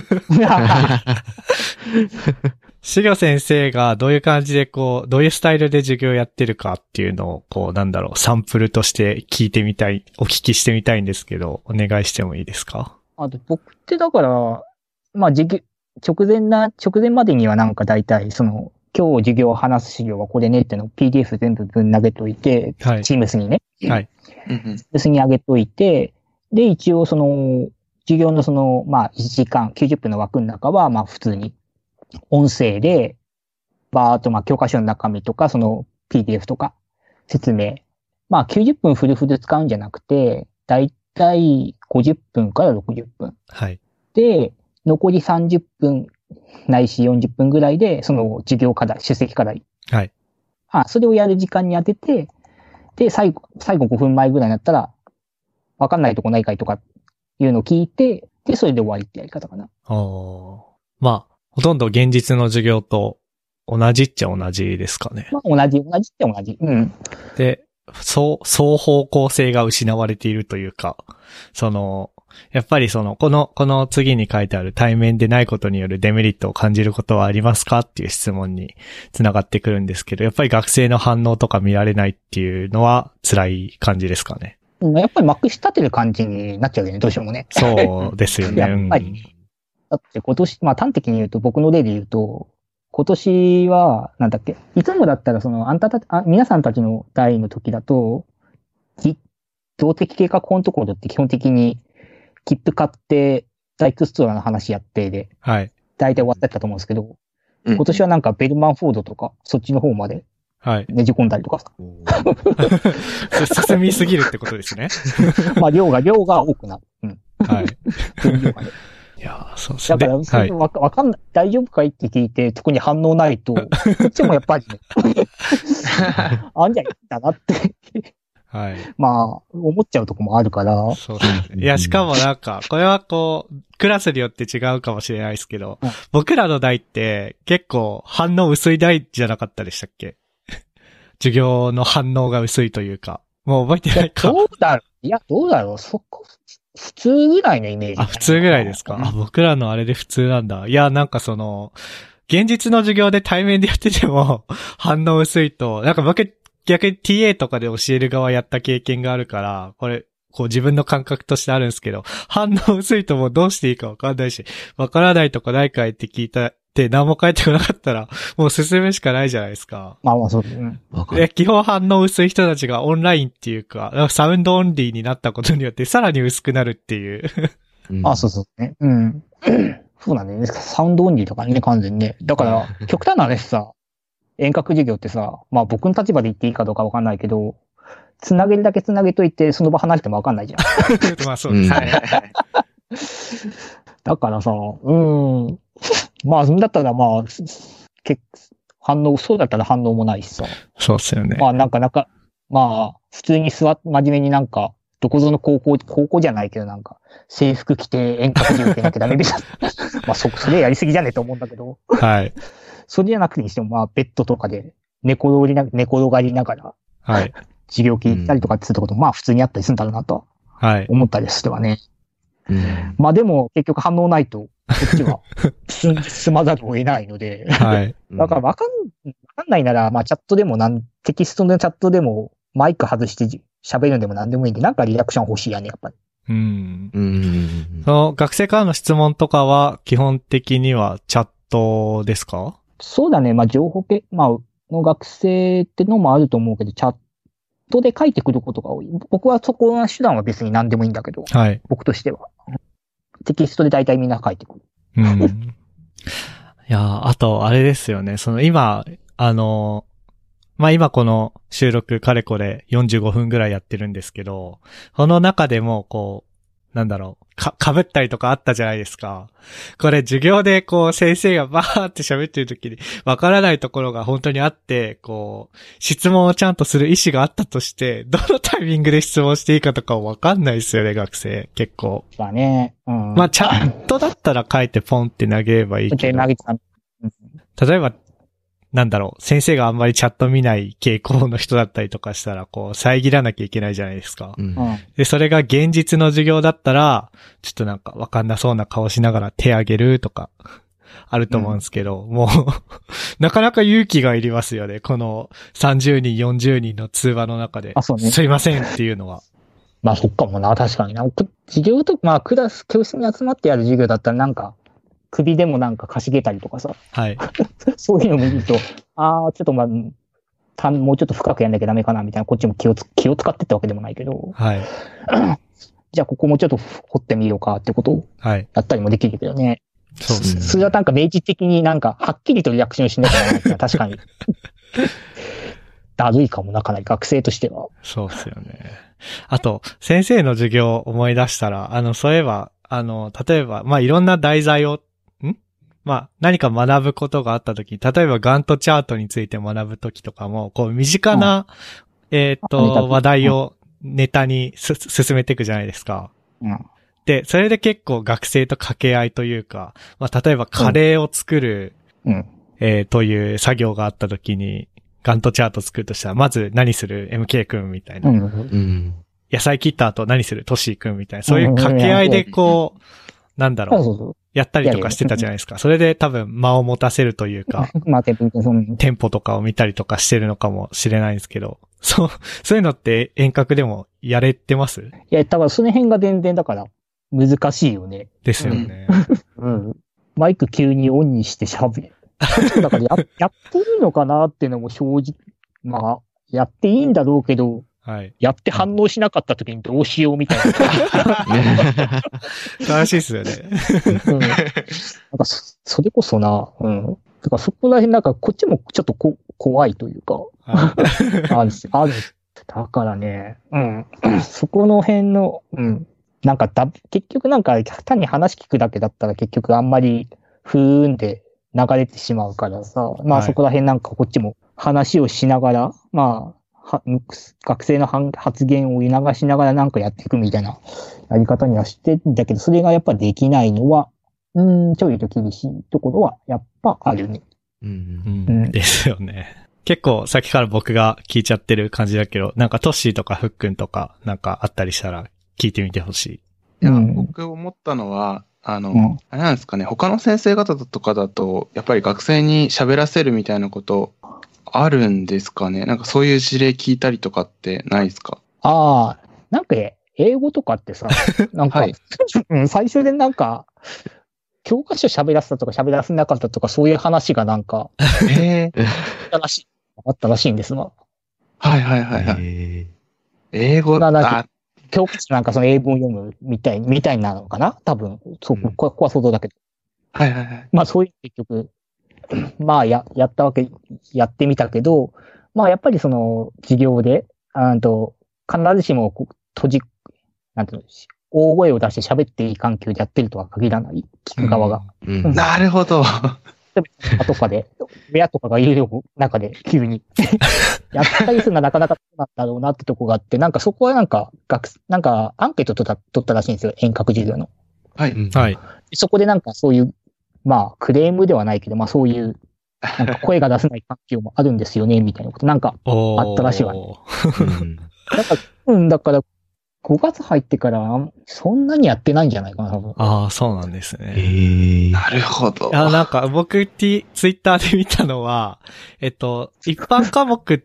しぎょ先生がどういう感じでこう、どういうスタイルで授業やってるかっていうのを、こう、なんだろう、サンプルとして聞いてみたい、お聞きしてみたいんですけど、お願いしてもいいですか？ あと、僕ってだから、まあ、授業、直前な、直前までにはなんか大体、その、今日授業を話す資料はこれねっていうのを ピーディーエフ 全部ぶん投げといて、はい、Teams にね。 はい。 Teams に上げといて、で、一応その、授業のその、まあ、いちじかん、きゅうじゅっぷんの枠の中は、まあ、普通に、音声で、バーっと、まあ、教科書の中身とか、その ピーディーエフ とか、説明。まあ、きゅうじゅっぷんフルフル使うんじゃなくて、だいたいごじゅっぷんからろくじゅっぷん。 はい。 で、残りさんじゅっぷん、ないしよんじゅっぷんぐらいで、その授業課題、出席課題。 はい。 あ、それをやる時間に当てて、で、最後、最後ごふんまえぐらいになったら、わかんないとこないかいとかいうのを聞いて、で、それで終わりってやり方かな。 ああ。まあ、ほとんど現実の授業と同じっちゃ同じですかね。 まあ、同じ、同じって同じ。うん。 で、そう、双方向性が失われているというか、その、やっぱりその、この、この次に書いてある対面でないことによるデメリットを感じることはありますかっていう質問につながってくるんですけど、やっぱり学生の反応とか見られないっていうのは辛い感じですかね。 やっぱりまくし立てる感じになっちゃうよね、どうしてもね。 そうですよね。 やっぱり。うん、だって今年、まあ端的に言うと、僕の例で言うと、今年は、なんだっけ、いつもだったらその、あんたたち、あ、皆さんたちの代の時だと、動的計画法のところって基本的に、切符買って、ダイクストラの話やってで、 はい。 大体終わってたと思うんですけど、うん、今年はなんかベルマンフォードとか、そっちの方まで、はい。ねじ込んだりとかさ。 進みすぎるってことですね。 まあ量が、量が多くなる。うん。 はい。 量がね。 いやー、そうですね。 だから、はい、わか、わかんない、大丈夫かいって聞いて、特に反応ないと、こっちもやっぱりね、あんじゃいいんだなって。 はい。 まあ、思っちゃうとこもあるから。 そうですね。いや、しかもなんか、これはこう、クラスによって違うかもしれないですけど、うん、僕らの代って結構反応薄い代じゃなかったでしたっけ？授業の反応が薄いというか、もう覚えてないか。 どうだろういや、どうだろうそこ、普通ぐらいのイメージ。 あ、普通ぐらいですか。あ、僕らのあれで普通なんだ。いや、なんかその、現実の授業で対面でやってても反応薄いと、なんか僕、逆に ティーエー とかで教える側やった経験があるから、これ、こう自分の感覚としてあるんですけど、反応薄いともうどうしていいかわかんないし、わからないとかないかいって聞いたって何も返ってこなかったら、もう進むしかないじゃないですか。 まあまあそうですね。 で、基本反応薄い人たちがオンラインっていうか、サウンドオンリーになったことによってさらに薄くなるっていう。 うん、あ、そうそうね。うん。そうなんだよね。サウンドオンリーとかね、完全にね。だから、極端な話さ、遠隔授業ってさ、まあ僕の立場で言っていいかどうかわかんないけど、つなげるだけつなげといて、その場離れてもわかんないじゃん。 まあそうですね。 だからさ、うーん。まあ、そんだったらまあ、結反応、そうだったら反応もないしさ。 そうっすよね。 まあなんかなんか、まあ、普通に座っ、真面目になんか、 どこぞの高校、高校じゃないけどなんか、制服着て遠隔授業受けなきゃダメでしょ。まあそ、それやりすぎじゃねえと思うんだけど。 はい。 それじゃなくてにしても、まあ、ベッドとかで寝転がりな、寝転がりながら、 はい。 授業聞いたりとかすること、うん、まあ普通にあったりするんだろうなと、はい。思ったりしてはね。うん、まあでも、結局反応ないと、こっちは進まざるを得ないので。はい。だからわかん、わかんないなら、まあチャットでもなん、テキストのチャットでも、マイク外して喋るんでも何でもいいんで、なんかリアクション欲しいやね、やっぱり。 うん。うん。その学生からの質問とかは、基本的にはチャットですか？ そうだね。まあ情報系、まあ、の学生ってのもあると思うけど、チャットで書いてくることが多い。僕はそこの手段は別に何でもいいんだけど、はい。僕としては。テキストで大体みんな書いてくる。 うん。いや、あと、あれですよね。その今、あの、まあ、今この収録かれこれよんじゅうごふんぐらいやってるんですけど、この中でもこう、なんだろう、か、被ったりとかあったじゃないですか。これ授業でこう先生がバーって喋ってる時にわからないところが本当にあって、こう、質問をちゃんとする意思があったとして、どのタイミングで質問していいかとかわかんないですよね、学生。結構。 だね。うん。 まあ、チャットだったら書いてポンって投げればいいけど。例えば、なんだろう、先生があんまりチャット見ない傾向の人だったりとかしたら、こう、遮らなきゃいけないじゃないですか。うん、で、それが現実の授業だったら、ちょっとなんかわかんなそうな顔しながら手挙げるとか、あると思うんですけど、うん、もう、なかなか勇気がいりますよね。このさんじゅうにん、よんじゅうにんの通話の中で。あ、そうね。すいませんっていうのは。 まあ、そっかもな、確かにな。授業と、まあ、クラス、教室に集まってやる授業だったらなんか、首でもなんかかしげたりとかさ。はい。そういうの見ると、ああ、ちょっとまあ、たもうちょっと深くやんなきゃダメかな、みたいな、こっちも気をつ、気を使ってったわけでもないけど。はい。じゃあ、ここもちょっと掘ってみようかってことを、はい。やったりもできるけどね。そうですね。それはなんか明示的になんか、はっきりとリアクションしなきゃならないってのは確かに。だるいかもな、かなり学生としては。 そうですよね。あと、先生の授業を思い出したら、あの、そういえば、あの、例えば、まあ、いろんな題材を、まあ、何か学ぶことがあったとき、例えばガントチャートについて学ぶときとかも、こう、身近な、うん、えっと、話題をネタにす進めていくじゃないですか。うん。で、それで結構学生と掛け合いというか、まあ、例えばカレーを作る、うん。えー、という作業があったときに、ガントチャート作るとしたら、まず何する エムケー 君みたいな。うん。野菜切った後何するトシー君みたいな。そういう掛け合いでこう、なんだろう。そうそうそうやったりとかしてたじゃないですか。それで多分間を持たせるというか、まあ、テンポとかを見たりとかしてるのかもしれないんですけど、そう、そういうのって遠隔でもやれてます？いや、多分その辺が全然だから難しいよね。 ですよね。 うん。うん、マイク急にオンにして喋る。だからや、やっていいのかなっていうのも正直、まあ、やっていいんだろうけど、はい。やって反応しなかった時にどうしようみたいな。 楽しいっすよね。 うん。なんかそ、それこそな、うん。だからそこら辺なんかこっちもちょっとこ怖いというか。はい、あるある。だからね、うん。そこの辺の、うん。なんかだ、結局なんか単に話聞くだけだったら結局あんまりふーんで流れてしまうからさ。まあそこら辺なんかこっちも話をしながら、まあ、は学生の発言を促しながらなんかやっていくみたいなやり方にはしてんだけど、それがやっぱできないのは、うん、ちょいと厳しいところはやっぱあるね。 うん。うん、ですよね。結構さっきから僕が聞いちゃってる感じだけど、なんかトッシーとかフックンとかなんかあったりしたら聞いてみてほしい。 いや、うん、僕思ったのは、あの、うん、あれなんですかね、他の先生方とかだと、やっぱり学生に喋らせるみたいなことあるんですかね。なんかそういう事例聞いたりとかってないですか？ ああ、なんか英語とかってさ、なんか、はい、最初でなんか、教科書喋らせたとか喋らせなかったとかそういう話がなんか、えー、あったらしい、あったらしいんですわ。 はいはいはいはい。えー、英語だ。教科書なんかその英文を読むみたい、みたいなのかな多分。そう、うん、ここは想像だけど。 はいはいはい。 まあそういう結局、まあや、やったわけ、やってみたけど、まあやっぱりその授業で、あと、必ずしも閉じ、なんていうの、大声を出して喋っていい環境でやってるとは限らない、聞く側が。 うんうん、なるほど。 とかで、親とかがいる中で急にやったりするのはなかなかそうなんだろうなってとこがあって、なんかそこはなんか学、なんかアンケート取った、取ったらしいんですよ、遠隔授業の。 はい。 はい。 そこでなんかそういう、まあクレームではないけど、まあそういう、なんか声が出せない環境もあるんですよね、みたいなことなんかあったらしいわね。なんか、うん、だから、ごがつ入ってから、そんなにやってないんじゃないかな、多分。 ああ、そうなんですね。 へー。 なるほど。 あ、なんか、僕、T、ツイッターで見たのは、えっと、一般科目って、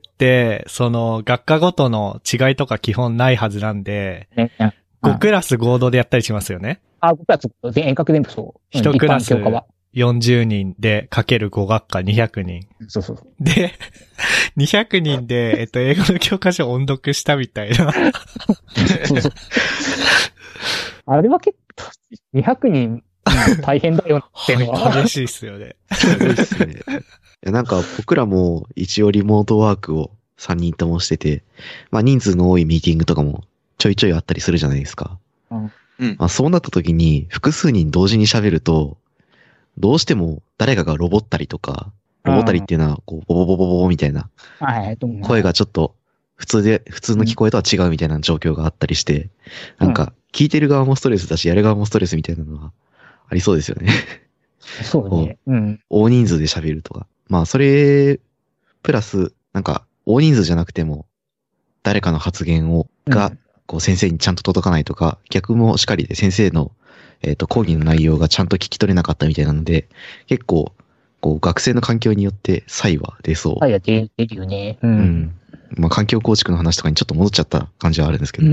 その、学科ごとの違いとか基本ないはずなんで、ね、ごクラス合同でやったりしますよね。 あ、ごクラス、遠隔全部そう。 いちクラスよんじゅうにんで、かけるご学科にひゃくにん。 そうそうそう。 で、にひゃくにんで、えっと、英語の教科書を音読したみたいな。そうそう。 あれは結構、にひゃくにん大変だよっていうのは。 激しいっすよね。 すごいっすね。いやなんか僕らも一応リモートワークをさんにんともしてて、まあ人数の多いミーティングとかもちょいちょいあったりするじゃないですか。 うん。 まあそうなった時に複数人同時に喋ると、どうしても誰かがロボったりとか、ロボったりっていうのは、こう、ボボボボボボみたいな、声がちょっと普通で、普通の聞こえとは違うみたいな状況があったりして、なんか、聞いてる側もストレスだし、やる側もストレスみたいなのはありそうですよね。 そうね。うん。 大人数で喋るとか。まあ、それ、プラス、なんか、大人数じゃなくても、誰かの発言を、が、こう、先生にちゃんと届かないとか、逆もしかりで先生の、えっと、講義の内容がちゃんと聞き取れなかったみたいなので、結構、こう、学生の環境によって差異は出そう。 差異は出るよね。うん。うん、 まあ、環境構築の話とかにちょっと戻っちゃった感じはあるんですけど。うん。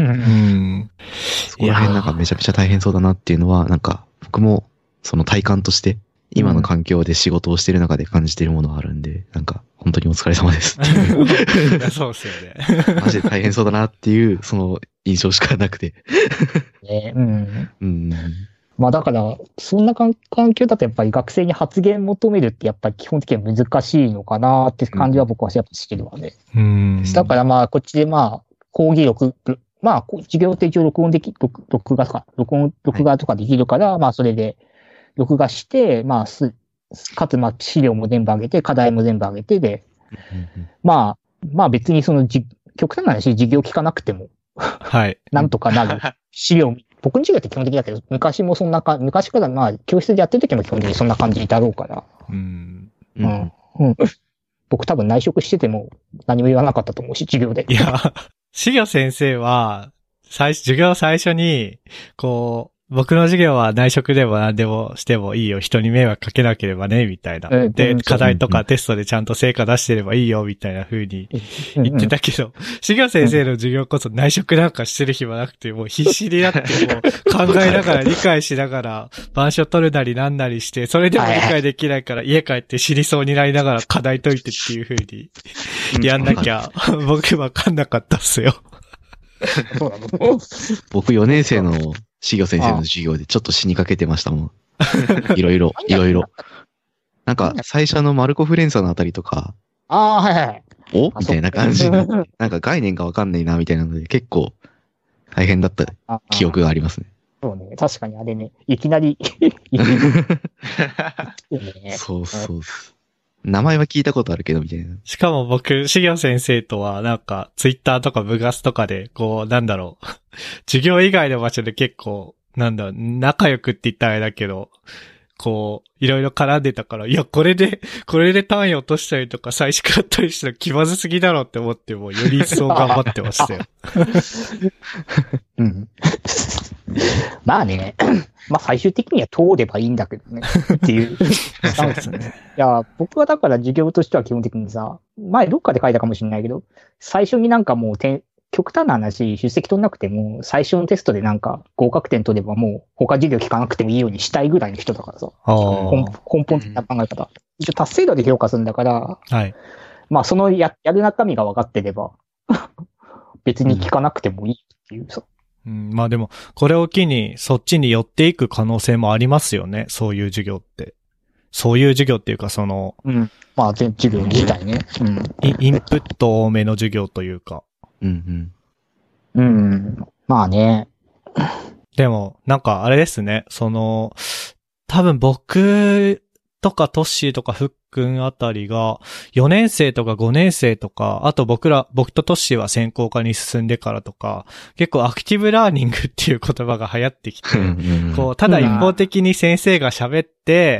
そこら辺なんかめちゃめちゃ大変そうだなっていうのは、なんか、僕も、その体感として、今の環境で仕事をしている中で感じているものがあるんで、なんか、本当にお疲れ様ですっていう。 そうですよね。 マジで大変そうだなっていう、その印象しかなくて。 ね、うん。うん。まあだから、そんな環境だとやっぱり学生に発言求めるってやっぱり基本的には難しいのかなって感じは僕はやっぱしてるわね。うん。だからまあこっちでまあ講義録、まあ授業って一応録音でき、録録画とか、録音、録画とかできるから、はい、まあそれで録画して、まあす、かつまあ資料も全部上げて、課題も全部上げてで、まあ、まあ別にそのじ、極端な話授業聞かなくても、 はい。 なんとかなる資料僕の授業って基本的だけど、昔もそんなか、昔からまあ、教室でやってる時も基本的にそんな感じだろうから。うん。うん。うん。僕多分内職してても何も言わなかったと思うし、授業で。 いや、しぎょ先生は、最初、授業最初に、こう、僕の授業は内職でも何でもしてもいいよ。人に迷惑かけなければね、みたいな。うん、で、課題とかテストでちゃんと成果出してればいいよ、みたいな風に言ってたけど、しぎょ先生の授業こそ内職なんかしてる暇なくて、もう必死になってもう考えながら理解しながら板書取るなりなんなりして、それでも理解できないから家帰って死にそうになりながら課題解いてっていう風にやんなきゃ、僕わかんなかったっすよ。 そうなの？僕よねん生のしぎょ先生の授業でちょっと死にかけてましたもん。いろいろ、いろいろ。なんか、最初のマルコフ連鎖のあたりとか、 ああ、はいはい。 おみたいな感じで、なんか概念がわかんないな、みたいなので、結構大変だった記憶がありますね。 そうね。確かにあれね、いきなりそうそう。名前は聞いたことあるけど、みたいな。 しかも僕、しぎょ先生とは、なんか、ツイッターとか部活とかで、こう、なんだろう。授業以外の場所で結構、なんだろう、仲良くって言ったらあれだけど、こう、いろいろ絡んでたから、いや、これで、これで単位落としたりとか、最初食ったりしたら気まずすぎだろうって思っても、より一層頑張ってましたよ。 うん。まあね、まあ最終的には通ればいいんだけどね、っていう。そうですね。いや、僕はだから授業としては基本的にさ、前どっかで書いたかもしれないけど、最初になんかもうて、極端な話、出席取んなくても、最初のテストでなんか合格点取ればもう他授業聞かなくてもいいようにしたいぐらいの人だからさ。根, 根本的な考え方。一応達成度で評価するんだから、 はい。 まあそのや、やる中身が分かってれば、別に聞かなくてもいいっていうさ。 うん、まあでも、これを機にそっちに寄っていく可能性もありますよね。そういう授業って。そういう授業っていうかその、 うん。まあ全授業自体ね。うん。 インプット多めの授業というか。 うんうん。うん。まあね。 でも、なんかあれですね。その、多分僕とかトッシーとかフックンあたりが、よねん生とかごねん生とか、あと僕ら、僕とトッシーは専攻科に進んでからとか、結構アクティブラーニングっていう言葉が流行ってきて、こう、ただ一方的に先生が喋って、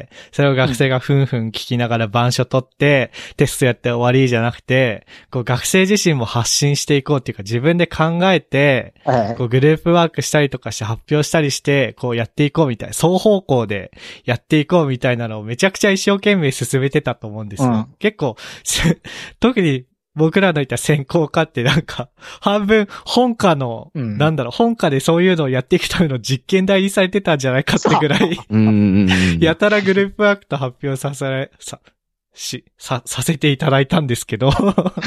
それを学生がふんふん聞きながら板書取って、テストやって終わりじゃなくて、こう学生自身も発信していこうっていうか自分で考えて、こうグループワークしたりとかして発表したりして、こうやっていこうみたいな、双方向でやっていこうみたいなのをめちゃくちゃ一生懸命進めてたと思うんですよ。うん、結構、特に僕らのいた専攻科ってなんか、半分本科の、うん、なんだろう、本科でそういうのをやっていくための実験台にされてたんじゃないかってぐらい、やたらグループワークと発表させられ、さ、し、さ、させていただいたんですけど。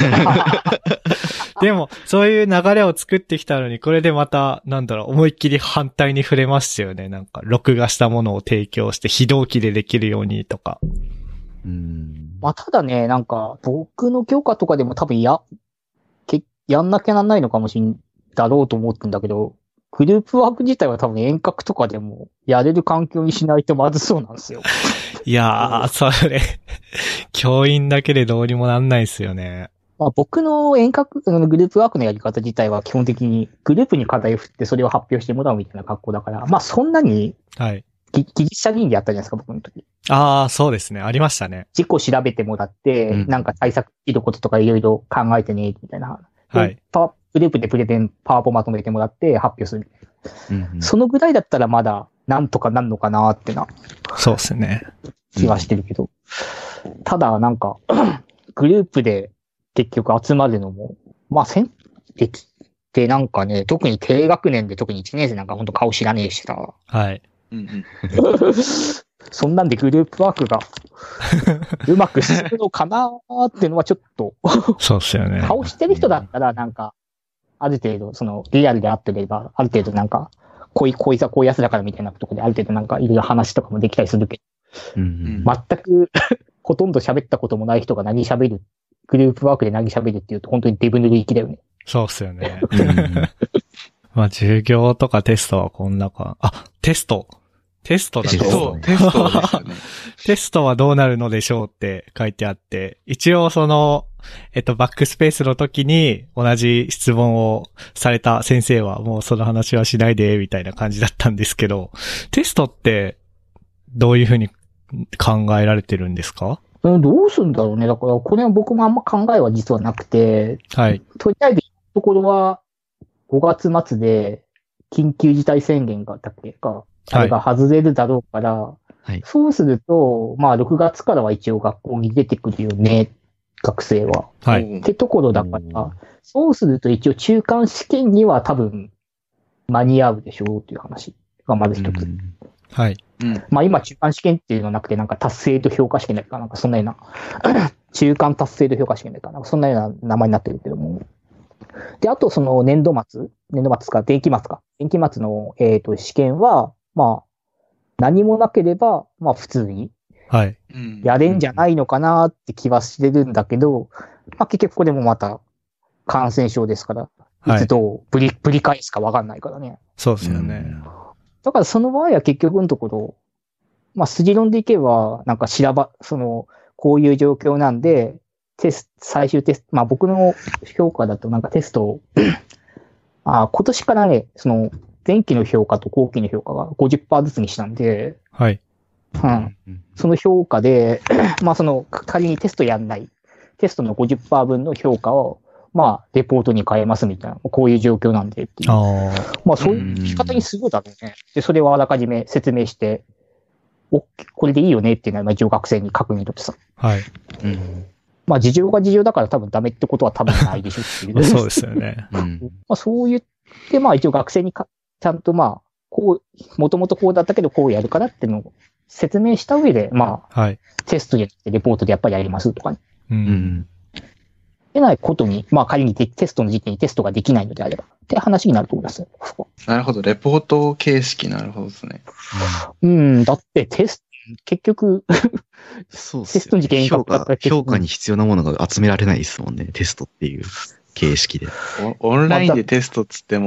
でも、そういう流れを作ってきたのに、これでまた、なんだろう、思いっきり反対に触れましたよね。なんか、録画したものを提供して、非同期でできるようにとか。 うんまあ、ただね、なんか、僕の教科とかでも多分や、け、やんなきゃなんないのかもしんだろうと思ってんだけど、グループワーク自体は多分遠隔とかでもやれる環境にしないとまずそうなんですよ。 いやー、それ、教員だけでどうにもなんないですよね。 まあ、僕の遠隔、グループワークのやり方自体は基本的にグループに課題を振ってそれを発表してもらうみたいな格好だから、まあそんなに、 はい。 技術者倫理あったじゃないですか、僕の時。 ああ、そうですね。ありましたね。 自己調べてもらって、うん、なんか対策いることとかいろいろ考えてね、みたいな。 はい。 パグループでプレゼン、パワポまとめてもらって発表する。うんうん、そのぐらいだったらまだ、なんとかなんのかなってな。 そうですね。 気はしてるけど。うん、ただ、なんか、グループで結局集まるのも、まあ、先月ってなんかね、特に低学年で特にいちねん生なんかほんと顔知らねえしさ。 はい。 うんうん、 そんなんでグループワークがうまく進むのかなーっていうのはちょっとそうっすよね。 顔してる人だったらなんか、ある程度、その、リアルで会ってれば、ある程度なんか、こい、こいつはこういうやつだからみたいなところである程度なんかいろいろ話とかもできたりするけど、うんうん、全くほとんど喋ったこともない人が何喋る、グループワークで何喋るっていうと本当にデブの領域だよね。 そうっすよね。まあ、授業とかテストはこんなか、あ、テスト。テストだと。 そう、テストでしたね。 テストはどうなるのでしょうって書いてあって、一応その、えっと、バックスペースの時に同じ質問をされた先生はもうその話はしないで、みたいな感じだったんですけど、テストってどういうふうに考えられてるんですか？ どうすんだろうね。だから、これは僕もあんま考えは実はなくて、 はい。 とりあえず、ところはごがつ末で緊急事態宣言がだっけか、あれが外れるだろうから、 はい、 そうすると、まあろくがつからは一応学校に出てくるよね、学生は。 はい。 ってところだから、そうすると一応中間試験には多分間に合うでしょうという話がまず一つ。 はい。 うん、まあ今中間試験っていうのはなくてなんか達成度評価試験だかなんかそんなような、中間達成度評価試験だかなんかそんなような名前になってるけども。で、あとその年度末年度末か、電期末か。電期末の、えっと、試験は、まあ、何もなければ、まあ普通に、 はい。 やれんじゃないのかなって気はしてるんだけど、まあ結局これもまた感染症ですから、いつどうぶり、ぶり返すかわかんないからね。 そうですよね。 だからその場合は結局のところ、まあ筋論でいけば、なんか調ば、その、こういう状況なんで、テスト、最終テスト、まあ僕の評価だとなんかテストを、あ今年からね、その、前期の評価と後期の評価が ごじゅっパーセント ずつにしたんで、 はい。 うん。その評価で、まあその、仮にテストやんない、テストの ごじゅっパーセント 分の評価を、まあ、レポートに変えますみたいな、こういう状況なんでっていう。 あまあそういう仕方にするだろうね。で、それをあらかじめ説明して、お、これでいいよねっていうのは一応学生に確認とってさ。 はい。 うんまあ事情が事情だから多分ダメってことは多分ないでしょっていう。 そうですよね。 うん、まあそう言って、まあ一応学生にかちゃんとまあ、こう、もともとこうだったけどこうやるからっていうのを説明した上で、まあ、 はい、 テストでレポートでやっぱりやりますとかね。 うん。 でないことに、まあ仮にテストの時期にテストができないのであれば、って話になると思います。 なるほど、レポート形式なるほどですね。 うん、うんだってテスト、結局そうっすよね、 テストの時期評価、評価に必要なものが集められないですもんね、テストっていう形式で。 オンラインでテストっつっても、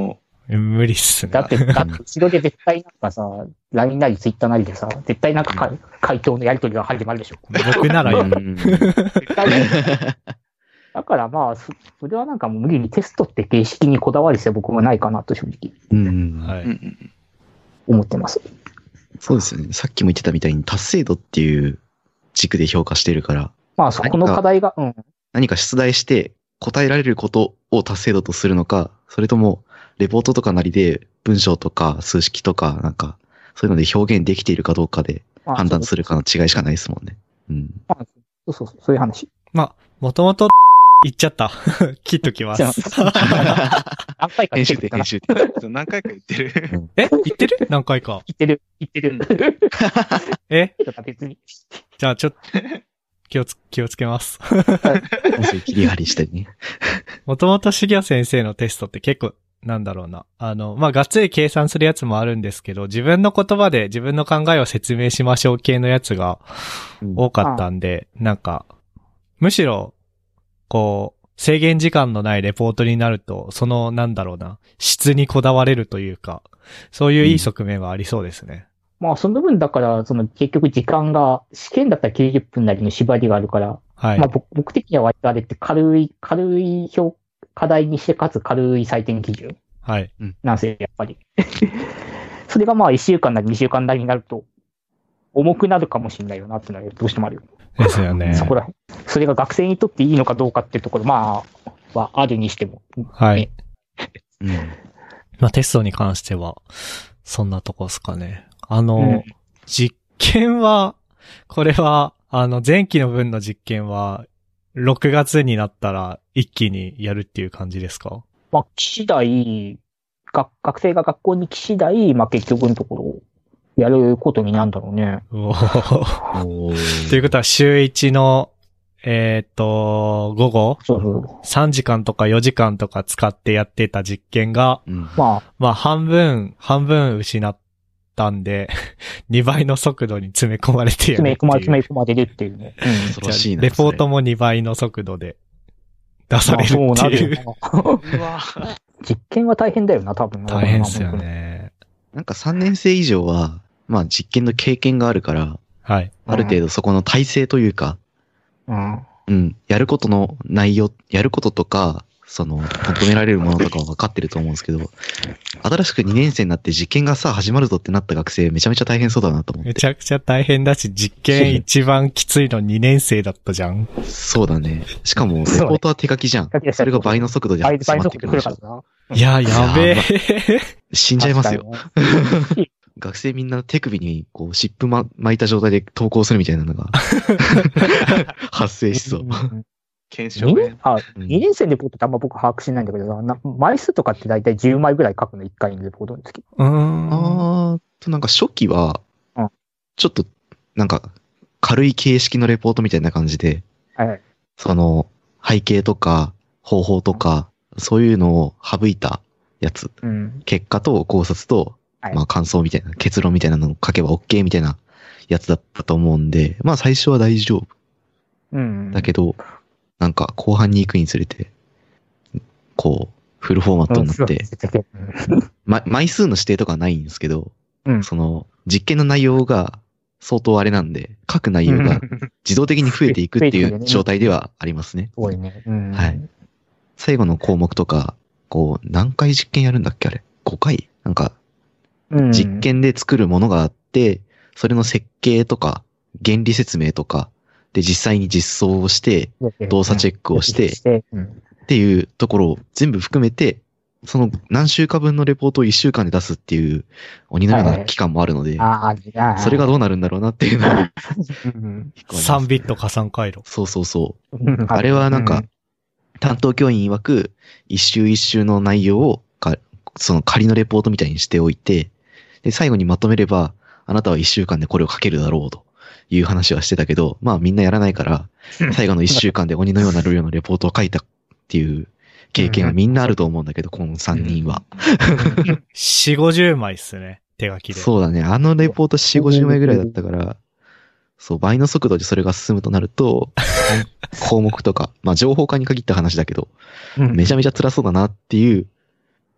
無理っすね。 だって、だって後ろで絶対なんかさ、ライン なり Twitter なりでさ、絶対なんかか回答のやり取りが始まるでしょ。 僕ならよ。 絶対ね。だからまあ、それはなんかもう無理にテストって形式にこだわりして僕はないかなと正直。 うん。 はい。 思ってます。 そうですよね。さっきも言ってたみたいに達成度っていう軸で評価してるから。 まあそこの課題が、うん。 何か出題して答えられることを達成度とするのか、それともレポートとかなりで文章とか数式とかなんかそういうので表現できているかどうかで判断するかの違いしかないですもんね。うん。 まあ、そうそうそう、そういう話。 まあ、もともと言っちゃった。切っときます。 何回か言ってる。 編集で、編集で。何回か言ってる。 え言ってる何回か。 言ってる。言ってる。 え別に。 じゃあちょっと、気をつ、気をつけます。 切り張りしてね。 もともとしぎょ先生のテストって結構、なんだろうな。あの、まあ、がっつり計算するやつもあるんですけど、自分の言葉で自分の考えを説明しましょう系のやつが多かったんで、うん、なんか、むしろ、こう、制限時間のないレポートになると、その、なんだろうな、質にこだわれるというか、そういういい側面はありそうですね。 うん、まあ、その分だから、その結局時間が、試験だったらきゅうじゅっぷんなりの縛りがあるから、はい。まあ、僕的には割とあれって軽い、軽い評課題にしてかつ軽い採点基準。 はい。 なんせ、やっぱり。それがまあいっしゅうかんなりにしゅうかんなりになると、重くなるかもしれないよなってのはどうしてもあるよ。 ですよね。 そこら辺。それが学生にとっていいのかどうかっていうところ、まあ、はあるにしても。 はい。 ね、 うん。 まあテストに関しては、そんなとこですかね。あの、うん、実験は、これは、あの、前期の分の実験は、ろくがつになったら一気にやるっていう感じですか？ まあ、期次第、学、学生が学校に期次第、まあ結局のところ、やることになるんだろうね。 おー。ということは週いちの、えっと、午後そうそうさんじかんとかよじかんとか使ってやってた実験が、 うん、 まあ、 まあ半分、半分失ったんで、にばいの速度に詰め込まれてやるっていう。 詰め込まれ、詰め込まれるっていうね。 うん、恐ろしいな。 レポートもにばいの速度で出されるっていう。まあ、そうなるようわ実験は大変だよな、多分。 大変ですよね。 なんかさんねん生以上は、まあ実験の経験があるから、 はい。 ある程度そこの体制というか、 うん。 うん。やることの内容、やることとか、その、求められるものとかは分かってると思うんですけど、新しくにねん生になって実験がさ、始まるぞってなった学生、めちゃめちゃ大変そうだなと思って。 めちゃくちゃ大変だし、実験一番きついのにねん生だったじゃん。 そうだね。しかも、レポートは手書きじゃん。それが倍の速度で倍の速度で来るからな。 いや、やべえ。 死んじゃいますよ。学生みんな手首にこう湿布、ま、巻いた状態で投稿するみたいなのが発生しそう。 検証ね。 あ、にねん生のレポートってあんま僕把握しないんだけどな、枚数とかってだいたいじゅうまいぐらい書くのいっかいのレポートですけど。 うーん。 あーと、なんか初期はうん、 ちょっとなんか軽い形式のレポートみたいな感じで、 はい、 その背景とか方法とか、そういうのを省いたやつ、 うん、 結果と考察と、まあ感想みたいな、結論みたいなのを書けば OK みたいなやつだったと思うんで、まあ最初は大丈夫。 うん。 だけど、なんか後半に行くにつれて、こう、フルフォーマットになって、ま、枚数の指定とかはないんですけど、 うん、 その実験の内容が相当あれなんで、書く内容が自動的に増えていくっていう状態ではありますね。 多いね。うん、 はい。最後の項目とか、こう、何回実験やるんだっけあれ ?ご 回なんか、実験で作るものがあって、それの設計とか、原理説明とか、で、実際に実装をして、動作チェックをして、っていうところを全部含めて、その何週間分のレポートをいっしゅうかんで出すっていう鬼のような期間もあるので、それがどうなるんだろうなっていうのはさんビット加算回路。 そうそうそう。あれはなんか、担当教員曰く、一周一周の内容をか、その仮のレポートみたいにしておいて、で、最後にまとめれば、あなたはいっしゅうかんでこれを書けるだろうという話はしてたけど、まあみんなやらないから、最後のいっしゅうかんで鬼のような量のレポートを書いたっていう経験はみんなあると思うんだけど、このさんにんは。 よん、ごじゅうまいっすね、手書きで。 そうだね。あのレポートよん、ごじゅうまいぐらいだったから、そう、倍の速度でそれが進むとなると、項目とか、まあ情報化に限った話だけど、めちゃめちゃ辛そうだなっていう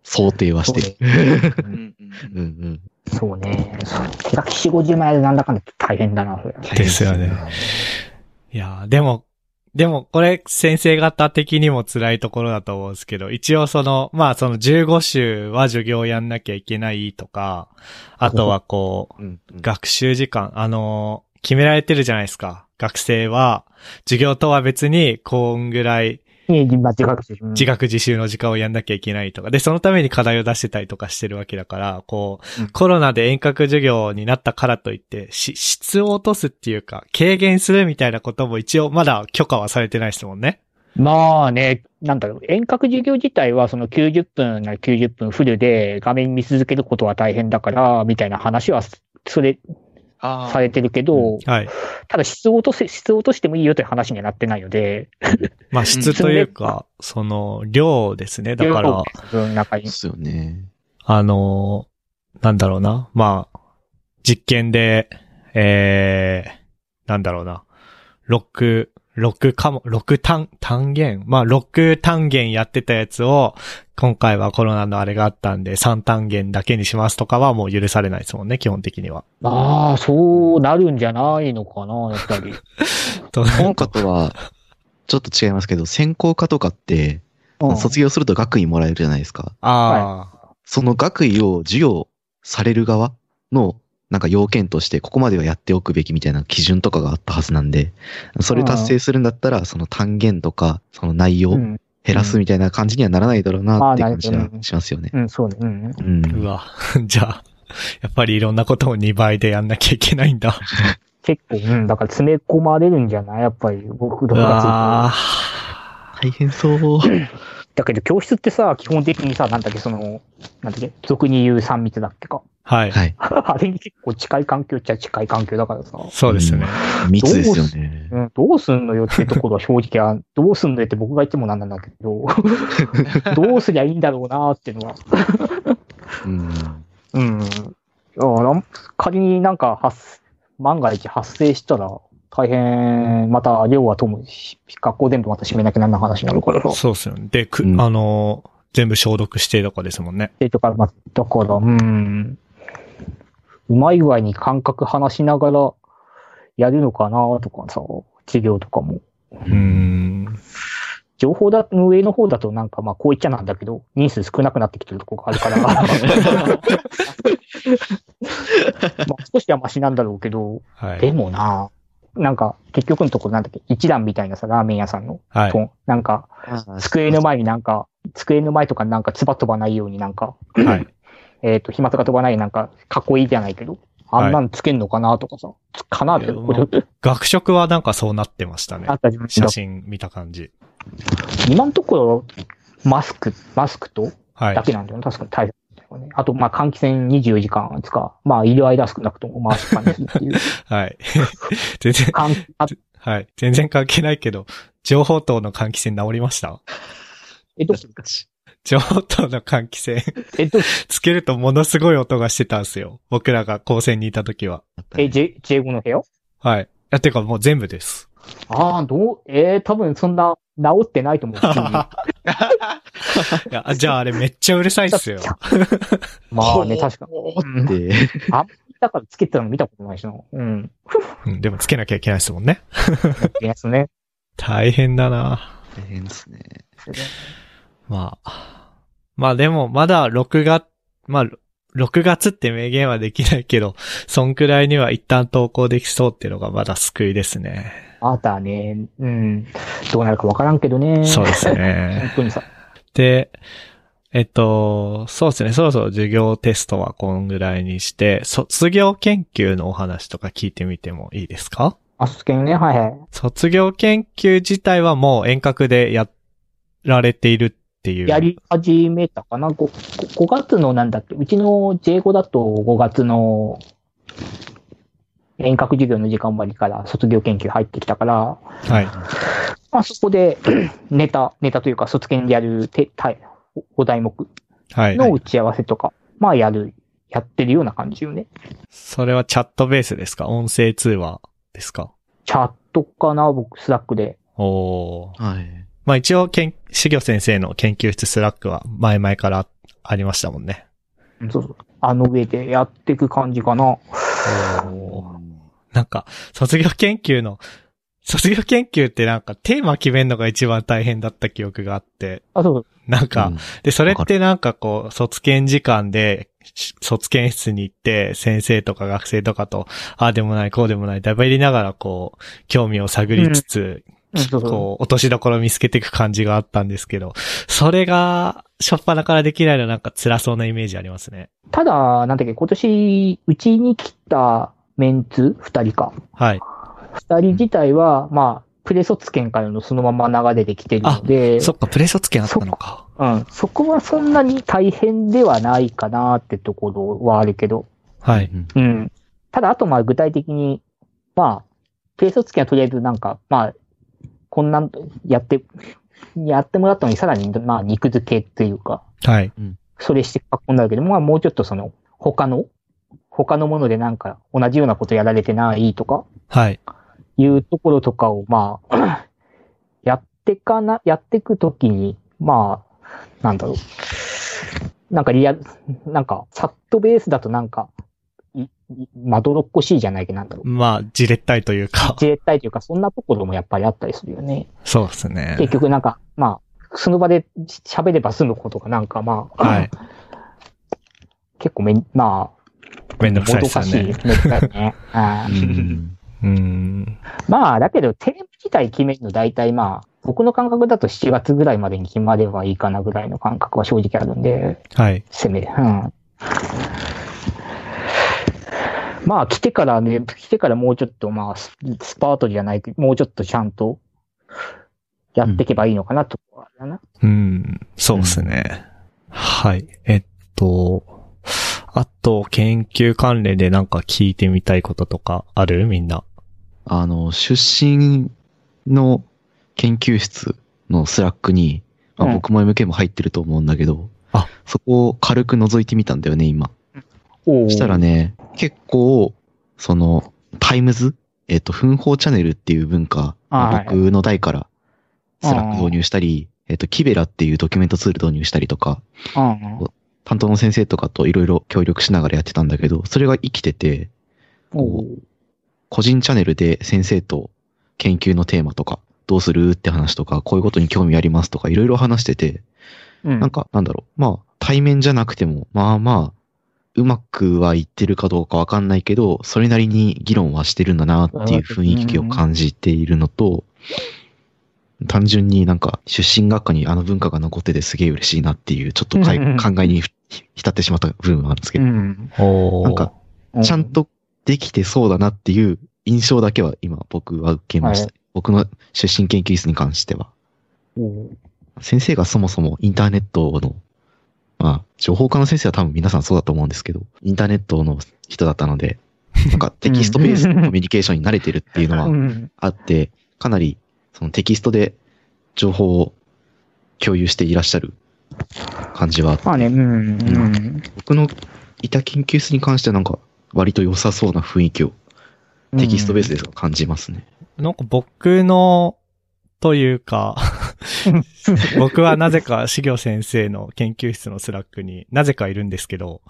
想定はしてる。うんうん、そうね。手書きよん、ごじゅうまいでなんだかんだ大変だな、それ。 ですよね。いや、でも、でも、これ、先生方的にも辛いところだと思うんですけど、一応その、まあそのじゅうご週は授業やんなきゃいけないとか、あとはこう、うんうん、学習時間、あの、決められてるじゃないですか。学生は、授業とは別に、こんぐらい、 自学自習。 自学自習の時間をやんなきゃいけないとか。で、そのために課題を出してたりとかしてるわけだから、こう、うん、コロナで遠隔授業になったからといって、し、質を落とすっていうか、軽減するみたいなことも一応まだ許可はされてないですもんね。 まあね、なんだろう、遠隔授業自体はそのきゅうじゅっぷんならきゅうじゅっぷんフルで画面見続けることは大変だから、みたいな話は、それ、されてるけど、 はい。 ただ質を落とせ、質を落としてもいいよという話にはなってないので。 まあ質というか、その量ですね。だから、 中にですよね。 あの、なんだろうな。まあ、実験で、えー、なんだろうな。6、6かも、6単、単元まあろく単元やってたやつを、今回はコロナのあれがあったんでさん単元だけにしますとかはもう許されないですもんね、基本的には。 ああ、そうなるんじゃないのかな、やっぱり。 本科とは、ちょっと違いますけど、専攻科とかって、うん、卒業すると学位もらえるじゃないですか。 ああ、 はい。その学位を授与される側の、なんか要件としてここまではやっておくべきみたいな基準とかがあったはずなんで、それ達成するんだったら、その単元とか、その内容減らすみたいな感じにはならないだろうなって感じはしますよね。 うん、うん、そうね。うん。 うん、うわ、じゃあ、やっぱりいろんなことをにばいでやんなきゃいけないんだ。 結構、うん、だから詰め込まれるんじゃないやっぱり、僕らがついて。大変そう。 だけど教室ってさ、基本的にさ、なんだっけ、その、なんだっけ、俗に言うさん密だっけか。 はい。はい。 あれに結構近い環境っちゃ近い環境だからさ。 そうですね。 うん、密ですよね。 うん。どうすんのよってところは正直あ、どうすんのよって僕が言ってもなんなんだけど、どうすりゃいいんだろうなーっていうのは。 うん。 うん。あ仮になんか発、万が一発生したら、大変、また量はともし、学校全部また閉めなきゃなんない話になるからさ。 そうですよね。で、く、うん、あの、全部消毒してとかですもんね。 で、とか、まあ、だから、うん。うまい具合に感覚話しながらやるのかなとかさ、授業とかも。 うーん。 情報だ、上の方だとなんかまあこう言っちゃなんだけど、人数少なくなってきてるところがあるから。まあ少しはマシなんだろうけど、はい、でもな、なんか結局のところなんだっけ、一段みたいなさ、ラーメン屋さんの。 はい、 なんか、机の前になんか、机の前とかなんか唾飛ばないようになんか、はい、えっと、飛沫が飛ばないなんか、囲いじゃないけど、あんなんつけんのかなとかさ、つかなって、 学食はなんかそうなってましたね。写真見た感じ。 今のところ、マスク、マスクと、だけなんだよね。はい、確かに対策、ね。あと、まあ、換気扇にじゅうよじかんつか、まあ、いる間少なくとも回しっぱなしっていう。 はい。全然、はい。全然関係ないけど、情報灯の換気扇治りました？ えっと、 情報灯の換気扇。えっと、つけるとものすごい音がしてたんですよ。僕らが高専にいた時は。 え、J、ジェイご の部屋？ はい。あ、てかもう全部です。 ああ、どう、えー、多分そんな、治ってないと思う。普通に。いや、じゃああれめっちゃうるさいっすよ。 まあね、確かに。あ、だからつけてたの見たことないしな。うん。 うん、でもつけなきゃいけないですもんね。 いやですね。 大変だな。 大変ですね。 まあ。まあでも、まだろくがつ、まあ、ろくがつって明言はできないけど、そんくらいには一旦投稿できそうっていうのがまだ救いですね。 またね、うん。どうなるかわからんけどね。 そうですね。 本当にさ。 で、えっと、そうですね。そろそろ授業テストはこんぐらいにして、卒業研究のお話とか聞いてみてもいいですか？ あ、卒業ね。はいはい。 卒業研究自体はもう遠隔でやられているっていう。 やり始めたかな 5, 5月のなんだっけ、うちの ジェイご だとごがつの遠隔授業の時間割から卒業研究入ってきたから、 はい。 まあそこでネタ、ネタというか卒研でやるてご題目の打ち合わせとか、はいはい、まあやる、やってるような感じよね。 それはチャットベースですか？音声通話ですか？ チャットかな僕、スラックで。 おー。 はい。 まあ一応、けん、しぎょ先生の研究室スラックは前々からあっありましたもんね。 そうそう。あの上でやっていく感じかな。 なんか、卒業研究の、卒業研究ってなんかテーマ決めるのが一番大変だった記憶があって。 あ、そうそう。 なんか、うん、で、それってなんかこう、卒検時間で、卒検室に行って、先生とか学生とかと、ああでもない、こうでもない、だばりながらこう、興味を探りつつ、うん、こう、落としどころ見つけていく感じがあったんですけど、それが、しょっぱなからできないのなんか辛そうなイメージありますね。 ただ、なんだっけ、今年、うちに来たメンツ二人か。 はい。 二人自体は、まあ、プレ卒検からのそのまま流れできてるので。 あ、そっか、プレ卒検あったのか。 うん。そこはそんなに大変ではないかなってところはあるけど。 はい。 うん。ただ、あとまあ具体的に、まあ、プレ卒検はとりあえずなんか、まあ、こんなんやって、やってもらったのにさらに、まあ、肉付けっていうか。 はい。 それして格好になるけど、まあ、もうちょっとその、他の、他のものでなんか同じようなことやられてないとか。 はい。 いうところとかを、まあ、やってかな、やってくときに、まあ、なんだろう。なんかリアル、なんか、サットベースだとなんか、い、まどろっこしいじゃないけど、なんだろう。 まあ、じれったいというか。 じれったいというか、そんなところもやっぱりあったりするよね。 そうですね。 結局なんか、まあ、その場で喋れば済むことがなんかまあ、 はい、 結構めん、まあ、めんどくさいですよね。 めんどくさいね。あうん、 まあ、だけど、テレビ自体決めるの大体まあ、僕の感覚だとしちがつぐらいまでに決まればいいかなぐらいの感覚は正直あるんで、 はい。 攻める。うん。まあ、来てからね、来てからもうちょっとまあ、スパートじゃないけど、もうちょっとちゃんとやっていけばいいのかなとはだな。 うん、うん、そうですね、うん。はい。えっと、あと、研究関連でなんか聞いてみたいこととかある？みんな。 あの、出身の研究室のスラックに、まあ、僕も エムケー も入ってると思うんだけど、うん、あ、そこを軽く覗いてみたんだよね、今。そしたらね、結構、その、タイムズ、えっと、奮法チャンネルっていう文化、まあ、僕の代からスラック導入したり、えっと、キベラっていうドキュメントツール導入したりとか、担当の先生とかといろいろ協力しながらやってたんだけど、それが生きてて、個人チャンネルで先生と研究のテーマとか、どうするって話とか、こういうことに興味ありますとか、いろいろ話してて、うん、なんか、なんだろう、まあ、対面じゃなくても、まあまあ、うまくはいってるかどうかわかんないけど、それなりに議論はしてるんだなっていう雰囲気を感じているのと、単純になんか出身学科にあの文化が残っててすげえ嬉しいなっていう、ちょっと考えに浸ってしまった部分はあるんですけど、うん、なんか、ちゃんとできてそうだなっていう印象だけは今僕は受けました。はい、僕の出身研究室に関しては。先生がそもそもインターネットの、まあ、情報科の先生は多分皆さんそうだと思うんですけど、インターネットの人だったので、なんかテキストベースのコミュニケーションに慣れてるっていうのはあって、かなりそのテキストで情報を共有していらっしゃる感じはあって、まあねうんうん、僕のいた研究室に関してはなんか割と良さそうな雰囲気をテキストベースで感じますね。 うん、なんか僕のというか僕はなぜかしぎょ先生の研究室のスラックになぜかいるんですけど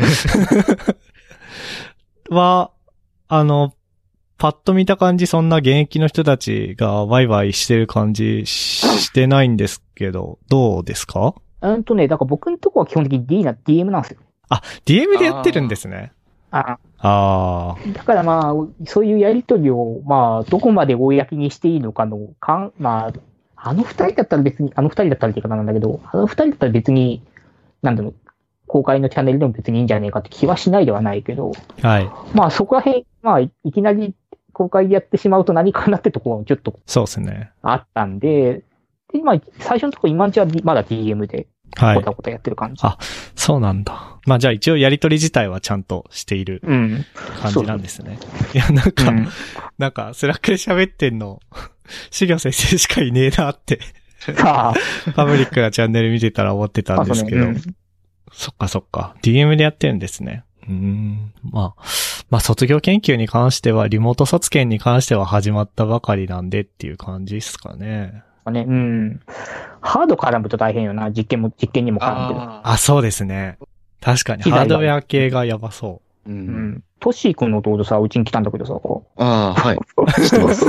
はあのパッと見た感じそんな現役の人たちがワイワイしてる感じしてないんですけどどうですか？ うんとねだから僕のとこは基本的に D な ディーエム なんですよ。 あ ディーエム でやってるんですね。 ああ。 だからまあ、そういうやりとりを、まあ、どこまで公にしていいのかの、かん、まあ、あの二人だったら別に、あの二人だったらって言い方なんだけど、あの二人だったら別に、なんだろう、公開のチャンネルでも別にいいんじゃねえかって気はしないではないけど、 はい。 まあそこら辺、まあ、いきなり公開でやってしまうと何かなってところもちょっと、 そうですね。 あったんで、で、まあ、最初のところ今んちはまだ ディーエム で、はい。コタコタやってる感じ。 あ、そうなんだ。まあじゃあ一応やりとり自体はちゃんとしている感じなんですね。うん、いや、なんか、うん、なんか、スラックで喋ってんの、しぎょ先生しかいねえなって、パブリックなチャンネル見てたら思ってたんですけど、ねうん、そっかそっか。ディーエム でやってるんですね。うーん。まあ、まあ卒業研究に関しては、リモート卒検に関しては始まったばかりなんでっていう感じですかね。 かね。うん。ハード絡むと大変よな。実験も、実験にも絡むけど。 ああ、そうですね。確かに、ハードウェア系がやばそう。 うん。うん。トッシー君の弟さ、うちに来たんだけどさ。 ああ、はい。知ってます。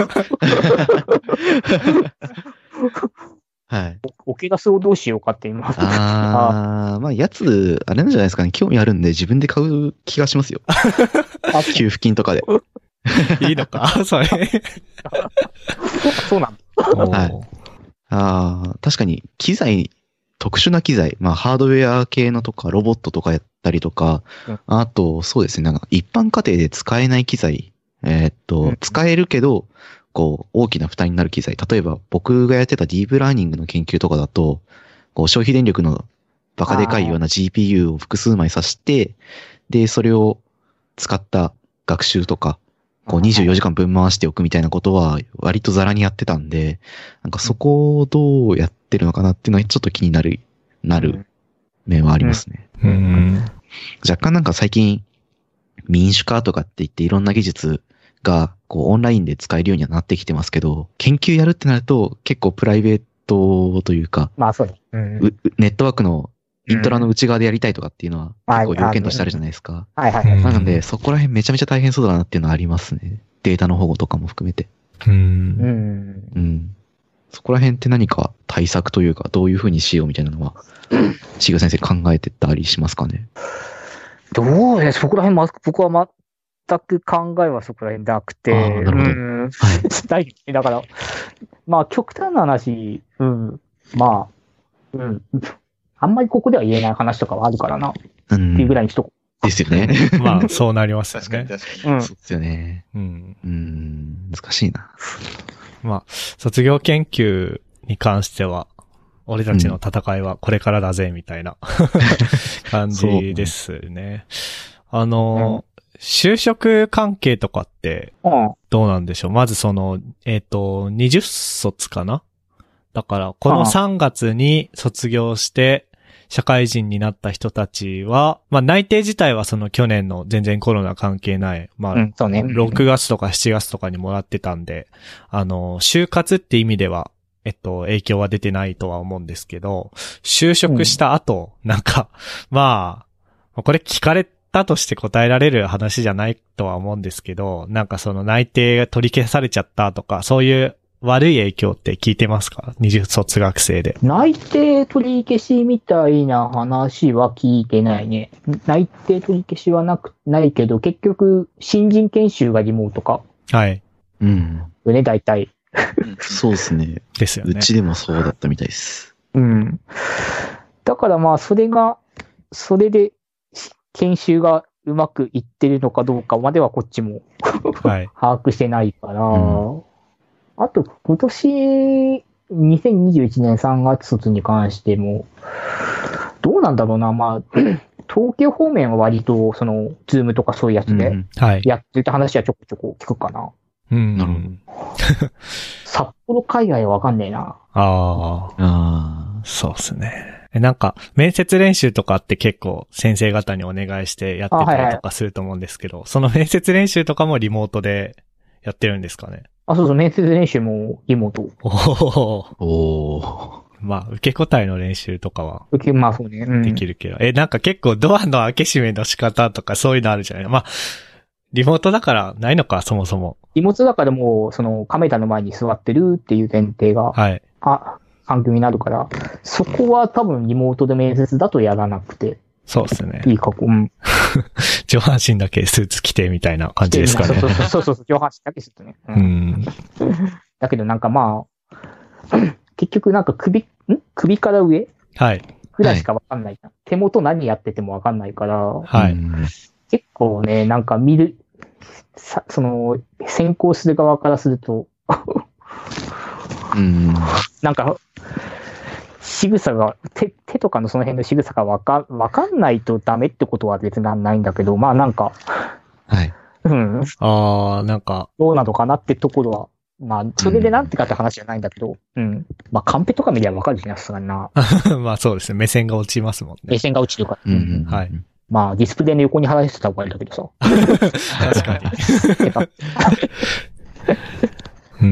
はい。 オケガスをどうしようかって今。 ああ、まあ、やつ、あれなんじゃないですかね。興味あるんで自分で買う気がしますよ。給付金とかで。 いいのかそれ。 そうなんだ。はい。ああ、確かに、機材、特殊な機材、まあ、ハードウェア系のとか、ロボットとかやったりとか、うん、あと、そうですね、なんか、一般家庭で使えない機材、えー、っと、うん、使えるけど、こう、大きな負担になる機材。例えば、僕がやってたディープラーニングの研究とかだと、こう、消費電力のバカでかいような ジーピーユー を複数枚挿して、で、それを使った学習とか、こうにじゅうよじかんぶん回しておくみたいなことは割とザラにやってたんで、なんかそこをどうやってるのかなっていうのはちょっと気になる、なる面はありますね。 うんうん、 若干なんか最近民主化とかって言っていろんな技術がこうオンラインで使えるようにはなってきてますけど、研究やるってなると結構プライベートというか、 まあそうね、うん、 ネットワークのイントラの内側でやりたいとかっていうのは結構要件としてあるじゃないですか。 はいはいはい。 なので、そこら辺めちゃめちゃ大変そうだなっていうのはありますね。データの保護とかも含めて。 うん。 うん。そこら辺って何か対策というか、どういうふうにしようみたいなのは、しげ先生考えてたりしますかね。 どうね、そこら辺、ま、僕は全く考えはそこら辺なくて。 ああ、なるほど。はい。 だから、まあ極端な話、うん。まあ、うん。あんまりここでは言えない話とかはあるからな。うん。っていうぐらいにしとこう。ですよね。 まあ、そうなりますよね。 確かに確かに。 うん。 そうですよね。 うん。 うん。難しいな。 まあ、卒業研究に関しては、俺たちの戦いはこれからだぜ、みたいな感じですね。あの、うん、就職関係とかって、どうなんでしょう。まずその、えっと、にじゅっ卒かな？だから、このさんがつに卒業して、社会人になった人たちは、まあ内定自体はその去年の全然コロナ関係ない、まあ、 うんそうね、 ろくがつとかしちがつとかにもらってたんで、あの、就活って意味では、えっと、影響は出てないとは思うんですけど、就職した後、うん、なんか、まあ、これ聞かれたとして答えられる話じゃないとは思うんですけど、なんかその内定が取り消されちゃったとか、そういう悪い影響って聞いてますか？にじゅう卒学生で。 内定取り消しみたいな話は聞いてないね。内定取り消しはなく、ないけど、結局、新人研修がリモートか。 はい。 うん。 よね、大体。 そうですね。 ですよね。 うちでもそうだったみたいです。 うん。だからまあ、それが、それで、研修がうまくいってるのかどうかまではこっちもはい、把握してないから、うん、あと、今年、にせんにじゅういちねんさんがつ卒に関しても、どうなんだろうな、まあ、東京方面は割と、その、ズームとかそういうやつで、やってる話はちょこちょこ聞くかな。 うん。なるほど。札幌海外はわかんねえな。 ああ。そうですね。なんか、面接練習とかって結構先生方にお願いしてやってたりとかすると思うんですけど、はいはい、その面接練習とかもリモートでやってるんですかね。 あ、そうそう、面接練習もリモート。 おー。 おー。 まあ、受け答えの練習とかは。 受け、まあそうね。うん、 できるけど。え、なんか結構ドアの開け閉めの仕方とかそういうのあるじゃない。まあ、リモートだからないのか、そもそも。 リモートだからもう、そのカメラの前に座ってるっていう前提が。 はい。 あ、環境になるから、そこは多分リモートで面接だとやらなくて。 そうですね。 いい格好。うん。 上半身だけスーツ着てみたいな感じですかね。 そうそうそうそう、上半身だけスーツね。 うん。うん、 だけどなんかまあ、結局なんか首、ん首から上はい。 ぐらいしかわかんない、はい。手元何やっててもわかんないから。 はい。 結構ね、なんか見る、さその、先行する側からすると、 うん、 なんか、仕草が、手、手とかのその辺の仕草がわか、わかんないとダメってことは別にないんだけど、まあなんか、 はい。 うん。 ああ、なんか。 どうなのかなってところは、まあ、それでなんてかって話じゃないんだけど、うん。うん、まあ、カンペとか見りゃわかるしな、さすがにな。 まあそうですね。目線が落ちますもんね。 目線が落ちるから。 うん。 はい。 まあ、ディスプレイの横に貼らせてた方がいいんだけどさ。 確かに。ううん。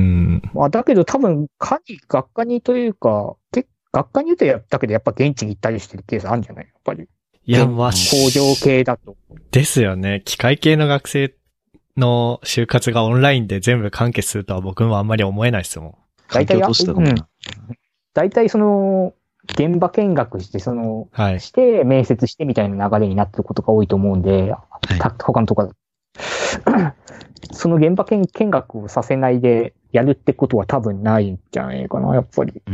まあ、だけど多分、科に、学科にというか、学科によってやったけど、やっぱ現地に行ったりしてるケースあるんじゃないやっぱり。 いや、まあ、 工場系だと。 ですよね。機械系の学生の就活がオンラインで全部完結するとは僕もあんまり思えないですもん。 環境としてだもんな。 大体その、現場見学して、その、 はい。 して、面接してみたいな流れになってることが多いと思うんで、はい、他のところその現場見学をさせないでやるってことは多分ないんじゃないかな、やっぱり。 うん、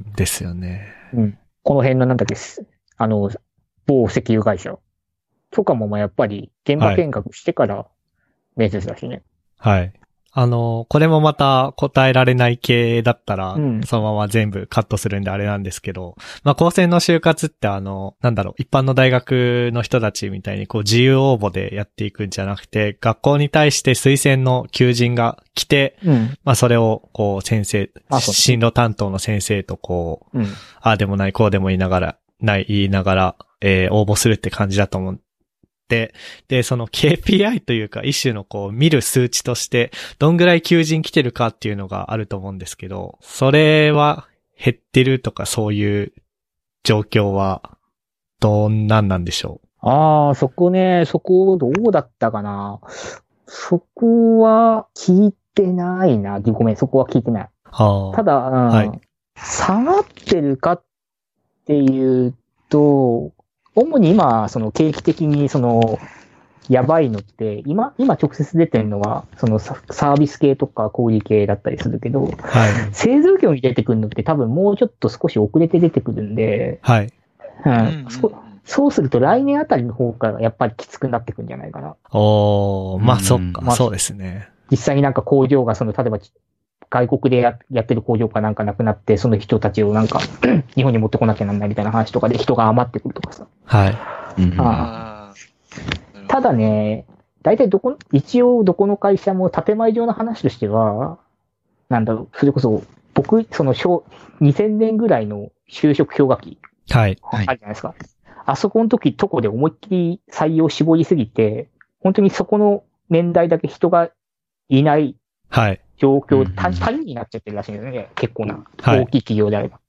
ですよね。 うん。この辺のなんだっけ、あの、某石油会社とかもまあやっぱり現場見学してから面接だしね。 はい。はいあの、これもまた答えられない系だったら、 うん、 そのまま全部カットするんであれなんですけど、まあ、高専の就活ってあの、なんだろう、一般の大学の人たちみたいにこう自由応募でやっていくんじゃなくて、学校に対して推薦の求人が来て、うん、まあ、それをこう先生、進路担当の先生とこう、うん、ああでもない、こうでも言いながら、ない言いながら、えー、応募するって感じだと思う。で、で、その ケーピーアイ というか一種のこう見る数値としてどんぐらい求人来てるかっていうのがあると思うんですけど、それは減ってるとかそういう状況はどんなんなんでしょう？ああ、そこね、そこどうだったかな。そこは聞いてないな。ごめん、そこは聞いてない。 はあ、 ただ、うん、はい、下がってるかっていうと、主に今、その景気的にその、やばいのって、今、今直接出てるのは、そのサービス系とか小売系だったりするけど、はい、製造業に出てくるのって多分もうちょっと少し遅れて出てくるんで、 はい。 うん。そ, そうすると来年あたりの方からやっぱりきつくなってくるんじゃないかな。 おー、まあそっか、まあ、そうですね。 実際になんか工場がその、例えば、外国で や, やってる工場かなんかなくなって、その人たちをなんか、日本に持ってこなきゃなんないみたいな話とかで人が余ってくるとかさ。 はい。 あただね、大体どこ、一応どこの会社も建前上の話としては、なんだろう、それこそ、僕、その小、にせんねんぐらいの就職氷河期。 はい。 あるじゃないですか。はい、あそこの時、とこで思いっきり採用絞りすぎて、本当にそこの年代だけ人がいない。 はい。 状況、他人になっちゃってるらしいんですよね。結構な。大きい企業であれば。はい、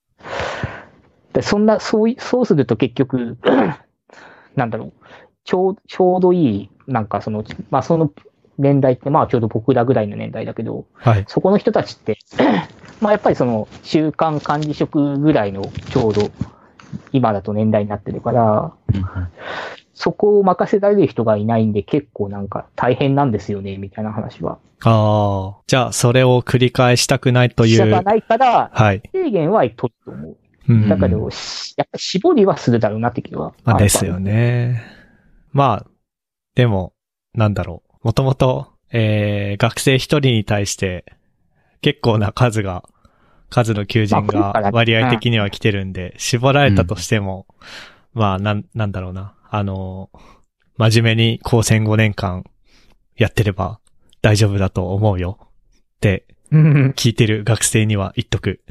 でそんな、そう、そうすると結局、なんだろう。ちょう、ちょうどいい、なんかその、まあその年代ってまあちょうど僕らぐらいの年代だけど、 はい、 そこの人たちって、まあやっぱりその、中間管理職ぐらいのちょうど、今だと年代になってるから、そこを任せられる人がいないんで結構なんか大変なんですよね、みたいな話は。 ああ。じゃあ、それを繰り返したくないという。 したくないから、 はい。 制限は取ると思う。うん、だけど、やっぱ絞りはするだろうなって気は。 まあですよね。まあ、でも、なんだろう。もともと、えー、学生一人に対して、結構な数が、数の求人が割合的には来てるんで、絞られたとしても、うん、まあ、なん、なんだろうな。あの、真面目に高専ごねんかんやってれば大丈夫だと思うよって聞いてる学生には言っとく。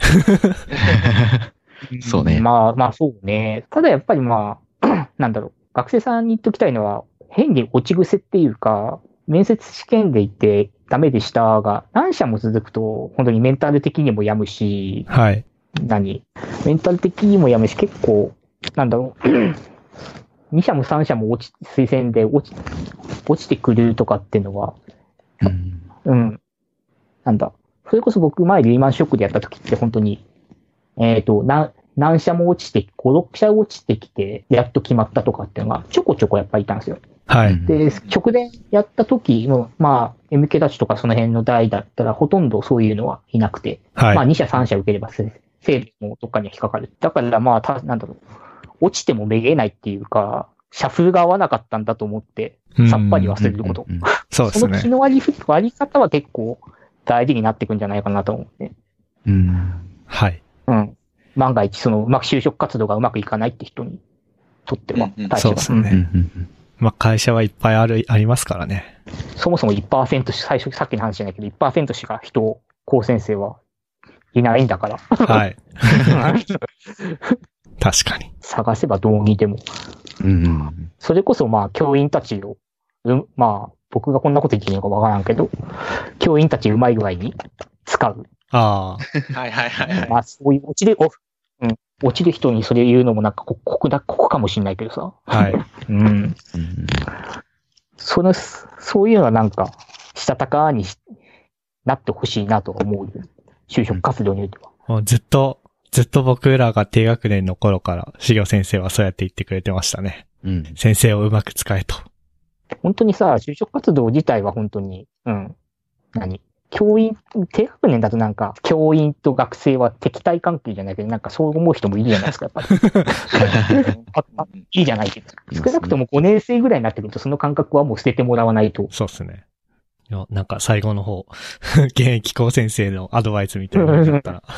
そうね。 まあまあそうね。ただやっぱりまあ、なんだろう。学生さんに言っときたいのは、変に落ち癖っていうか、面接試験で行ってダメでしたが、何社も続くと本当にメンタル的にも病むし、 はい。 何メンタル的にも病むし、結構、なんだろう。に社もさん社も落ち、推薦で落ち、落ちてくるとかっていうのは、うん。うん。なんだ。それこそ僕前リーマンショックでやった時って本当に、えっと、何、何社も落ちて、ご、ろく社落ちてきて、やっと決まったとかっていうのがちょこちょこやっぱりいたんですよ。 はい。 で、直前やった時も、まあ、エムケー たちとかその辺の代だったらほとんどそういうのはいなくて、はい。まあに社さん社受ければ制度もどっかには引っかかる。だからまあ、た、なんだろう。落ちてもめげないっていうか、シャッフルが合わなかったんだと思って、さっぱり忘れること。 そうですね。 その気の割り、割り方は結構大事になってくんじゃないかなと思って。 うん。 はい。 うん。万が一、その、うまく就職活動がうまくいかないって人にとっては大事だ。そうですね。まあ会社はいっぱいある、ありますからね。 そもそも いちパーセント 最初、さっきの話じゃないけど、いちパーセント しか人、高専生はいないんだから。 はい。確かに。 探せばどうにでも。 うん、 それこそまあ教員たちを、うん、まあ僕がこんなこと言っていいのかわからんけど、教員たちうまい具合に使う。 ああ。はいはいはい、はい。 まあそういう落ちる、うん、落ちる人にそれ言うのもなんかこ、ここだ、ここかもしんないけどさ。 はい。 うん。その、そういうのはなんか、したたかになってほしいなと思う。就職活動においては。 もうずっと、ずっと僕らが低学年の頃から、しぎょ先生はそうやって言ってくれてましたね。うん。先生をうまく使えと。 本当にさ、就職活動自体は本当に、うん。何教員、低学年だとなんか、教員と学生は敵対関係じゃないけど、なんかそう思う人もいるじゃないですか、やっぱり。いいじゃないけど。少なくともごねん生ぐらいになってくると、その感覚はもう捨ててもらわないと。 そうですね。いや、なんか最後の方、現役校先生のアドバイスみたいなのだったら。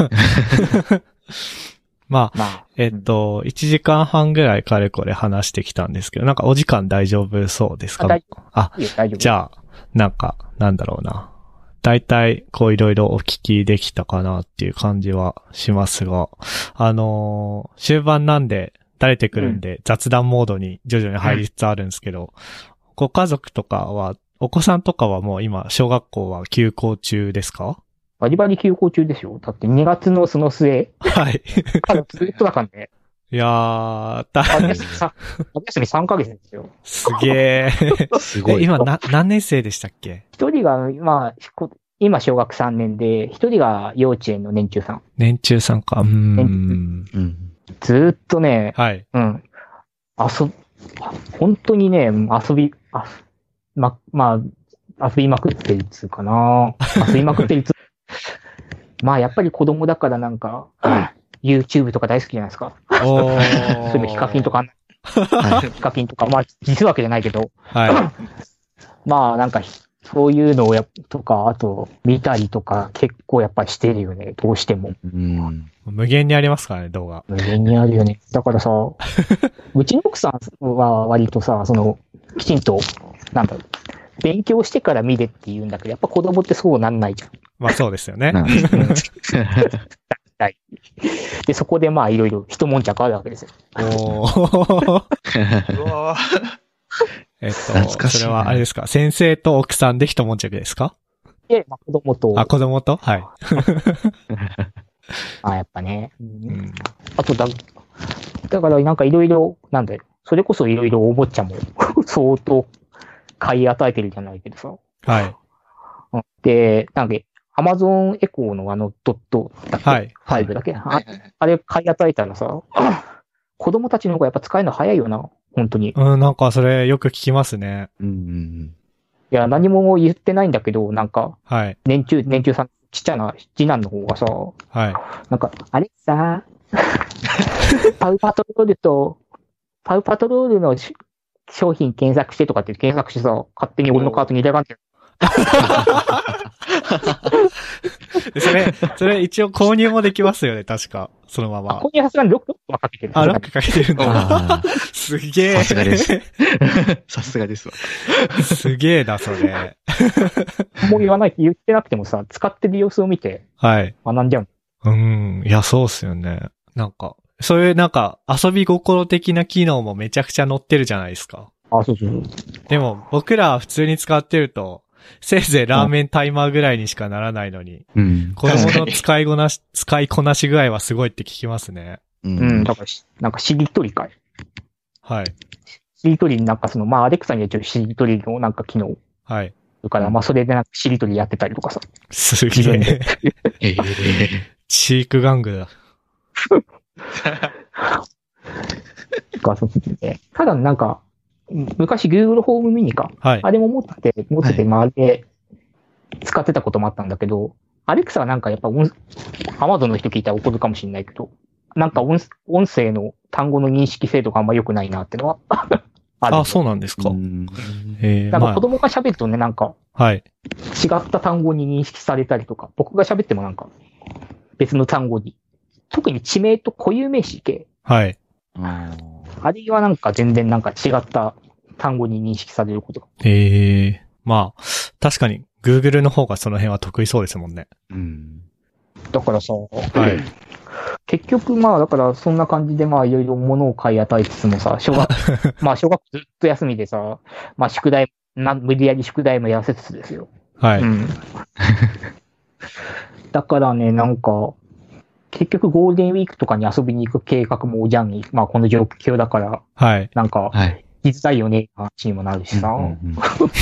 まあ、まあ、えっと、いちじかんはんぐらいかれこれ話してきたんですけど、なんかお時間大丈夫そうですか？あ、じゃあ、なんか、なんだろうな。大体、こういろいろお聞きできたかなっていう感じはしますが、あのー、終盤なんで、慣れてくるんで、うん、雑談モードに徐々に入りつつあるんですけど、うん、ご家族とかは、お子さんとかはもう今、小学校は休校中ですか？ バリバリ休校中ですよ。だってにがつのその末。 はい。 からずっとだからね。 いやー、 大変。夏休みさんかげつですよ。 すげー。すごい。今な、何年生でしたっけ？ 一人が、まあ、今小学さんねんで、一人が幼稚園の年中さん。 年中さんか。うーん。 ずーっとね、 はい。 うん。遊、本当にね、遊び、あま、まあ、遊びまくってるっつうかな。遊びまくってるっつう。まあ、やっぱり子供だからなんか、YouTube とか大好きじゃないですか。 おー。 そういうのヒカキンとか、ヒカキンとか、まあ、実わけじゃないけど。 はい。 まあ、なんか、そういうのをや、とか、あと、見たりとか、結構やっぱりしてるよね、どうしても。 うん。無限にありますからね、動画。 無限にあるよね。だからさ、うちの奥さんは割とさ、その、きちんと、なんだろう、勉強してから見れって言うんだけど、やっぱ子供ってそうなんないじゃん。 まあそうですよね。 で、そこでまあいろいろ一悶着あるわけですよ。 おー。えっと、それはあれですか？先生と奥さんで一悶着ですか？ で、まあ子供と。 あ、子供とはい。 あ、やっぱね。うん、あとだ、だからなんかいろいろ、なんだよ。それこそいろいろおもちゃも相当買い与えてるじゃないけどさ。 はい。 で、なんか、アマゾンエコーのあのドットだっけ、はい、ファイブだっけ、はい、あ, あれ買い与えたらさ、子供たちの方がやっぱ使えるの早いよな、本当に。 うん、なんかそれよく聞きますね。 うんうん。 いや、何も言ってないんだけど、なんか、 はい。 年中、年中さん、ちっちゃな次男の方がさ、 はい。 なんか、あれさ、パウパトロールと、パウパトロールの商品検索してとかって検索してさ、勝手に俺のカートに入れ替えてる。 それ、それ一応購入もできますよね、確か。そのまま。 購入はさすがにロックはかけてる。 あ、ロックかけてるんだ。すげえ。 さすがです。さすがですわ。 すげえな、それ。 もう言わないって言ってなくてもさ、使ってる様子を見て、 はい。 学んじゃう。 うん。いや、そうっすよね。なんか、そういうなんか、遊び心的な機能もめちゃくちゃ載ってるじゃないですか。 あ、そうそうそう。 でも、僕らは普通に使ってると、せいぜいラーメンタイマーぐらいにしかならないのに、うん、子供の使いこなし、使いこなし具合はすごいって聞きますね。 うん、うん、だから、なんかしりとりかい。 はい。 しりとりなんかその、まあ、アレクサにはちょっとしりとりのなんか機能。 はい。 だから、まあ、それでなんかしりとりやってたりとかさ。 すげえ。チーク玩具だ。 ただなんか、昔 Google ホームミニか。はい。あれも持ってて、持ってて、まあ、あれ、使ってたこともあったんだけど、アレクサはなんかやっぱ、Amazon の人聞いたら怒るかもしれないけど、なんか音、音声の単語の認識精度があんま良くないなってのはある。あ、そうなんですか。 へなんか子供が喋るとね、なんか、 はい。 違った単語に認識されたりとか、僕が喋ってもなんか、別の単語に、特に地名と固有名詞系。 はい。 あれはなんか全然なんか違った単語に認識されることが。 へえ。まあ、確かに Google の方がその辺は得意そうですもんね。 うん。 だからさ、 はい。 結局まあだからそんな感じでまあいろいろ物を買い与えつつもさ、小学、まあ小学ずっと休みでさ、まあ宿題、な無理やり宿題もやらせつつですよ。 はい。 うん。 だからね、なんか、結局ゴールデンウィークとかに遊びに行く計画もじゃん、まあこの状況だから、 はい。 なんか、 はい。 行きたいよね、話にもなるしさ。 うんうん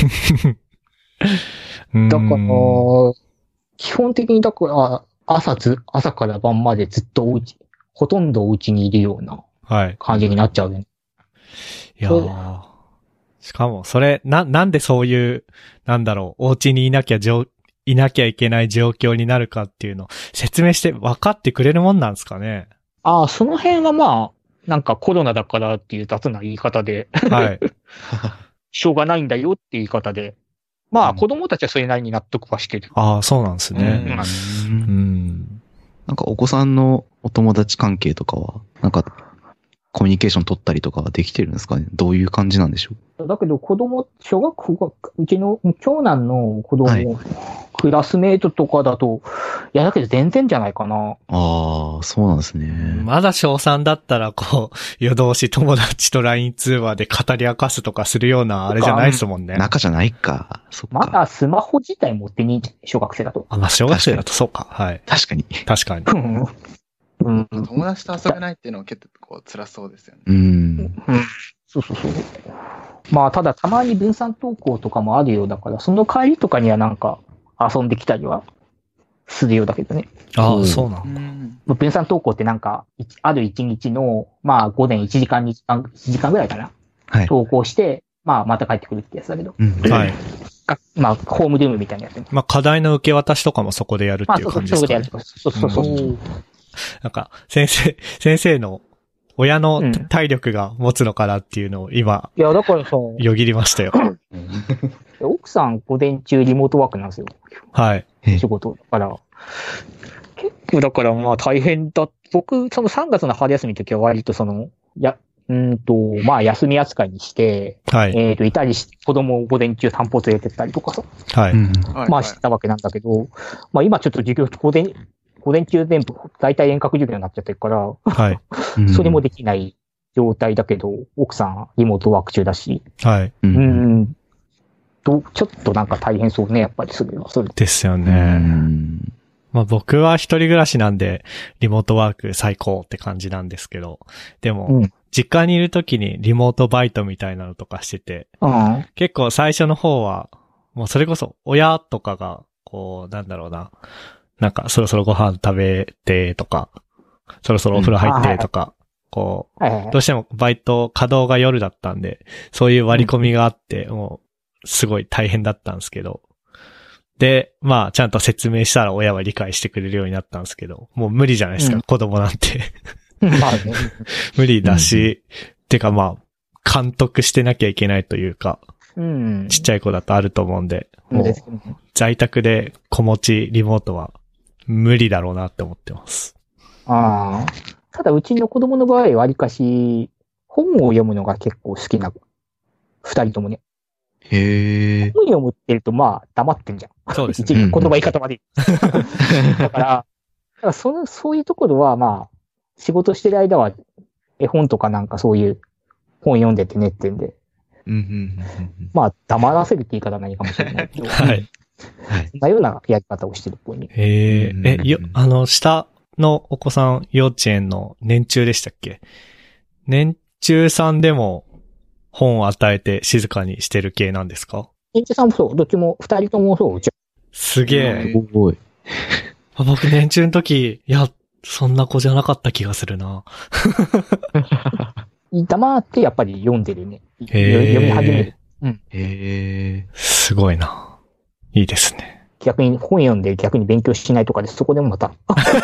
うん、 だから、基本的にだから、朝ず、朝から晩までずっとおうち、ほとんどお家にいるような感じになっちゃうね。 いやー。しかも、それ、な、なんでそういう、なんだろう、お家にいなきゃじょ、いなきゃいけない状況になるかっていうのを説明して分かってくれるもんなんですかね。 ああ、その辺はまあ、なんかコロナだからっていう雑な言い方で。はい。しょうがないんだよって言い方で。まあ、子供たちはそれなりに納得はしてる。 ああ、そうなんですね。 うん。うんなんかお子さんのお友達関係とかは、なんか、コミュニケーション取ったりとかはできてるんですかね。どういう感じなんでしょう。だけど子供、小学校、うちの長男の子供、はい、クラスメイトとかだと、いやだけど全然じゃないかな。 ああ、そうなんですね。 まだ小さんだったらこう、夜通し友達と ライン 通話で語り明かすとかするようなあれじゃないですもんね。 中じゃないか。そっか。 まだスマホ自体持ってに小学生だと。 あ、まあ小学生だとそうか。はい。 確かに。 確かに。 うん、友達と遊べないっていうのは結構辛そうですよね。 うん。うん。 そうそうそう。まあ、ただたまに分散登校とかもあるようだから、その帰りとかにはなんか遊んできたりはするようだけどね。 ああ、うん、そうなんだ。分散登校ってなんか、ある一日の、まあ、午前いちじかん、にじかん、いちじかんぐらいかな。はい。登校して、まあ、また帰ってくるってやつだけど。 うん、はい。 まあ、ホームルームみたいなやつ。 まあ、課題の受け渡しとかもそこでやるっていう感じですかね。 まあ、そうそうそう。そうそうそう。 なんか、先生、先生の親の体力が持つのかなっていうのを今、 いや、だからさ、 よぎりましたよ。 奥さん午前中リモートワークなんですよ。 はい。 仕事だから。結構だからまあ大変だ。僕、そのさんがつの春休みの時は割とその、や、うんと、まあ休み扱いにして、はい。えっと、いたりして、子供を午前中散歩連れてったりとかさ。 はい。 まあしてたわけなんだけど、まあ今ちょっと授業、午前、午前中全部、大体遠隔授業になっちゃってるから、はい。それもできない状態だけど、奥さんリモートワーク中だし。 はい。 うん。と、ちょっとなんか大変そうね、やっぱりそれは。それですよね。まあ僕は一人暮らしなんで、リモートワーク最高って感じなんですけど、でも、うん、実家にいる時にリモートバイトみたいなのとかしてて、うん、結構最初の方は、もうそれこそ親とかが、こう、なんだろうな、なんかそろそろご飯食べてとか、そろそろお風呂入ってとか、うん、こう、はいはいはい、どうしてもバイト稼働が夜だったんで、そういう割り込みがあって、うん、もう、すごい大変だったんですけど、で、まあ、ちゃんと説明したら親は理解してくれるようになったんですけど、もう無理じゃないですか、うん、子供なんて。まあね。無理だし、うん、てかまあ、監督してなきゃいけないというか、うん、ちっちゃい子だとあると思うんで、もう、在宅で子持ちリモートは無理だろうなって思ってます。 ああ。ただ、うちの子供の場合はわりかし、本を読むのが結構好きな、二人ともね。 へえ。 本読むってると、まあ、黙ってんじゃん。 そうですね。言葉言い方まで。だから、だからその、そういうところは、まあ、仕事してる間は、絵本とかなんかそういう本読んでてねってんで。 うんうんうんうん、 まあ、黙らせるって言い方はないかもしれないけど。 はい。 はい。そんなようなやり方をしてるっぽいね。 へえ。え、よ、あの、下のお子さん、幼稚園の年中でしたっけ？年中さんでも、本を与えて静かにしてる系なんですか？ 年中さんもそう。どっちも、二人ともそう、うち。 すげえ。 すごい。 僕年中の時、いや、そんな子じゃなかった気がするな。 黙ってやっぱり読んでるね。 へ読み始める。 うん。へえ。 すごいな。いいですね。 逆に本読んで逆に勉強しないとかで、そこでもまた。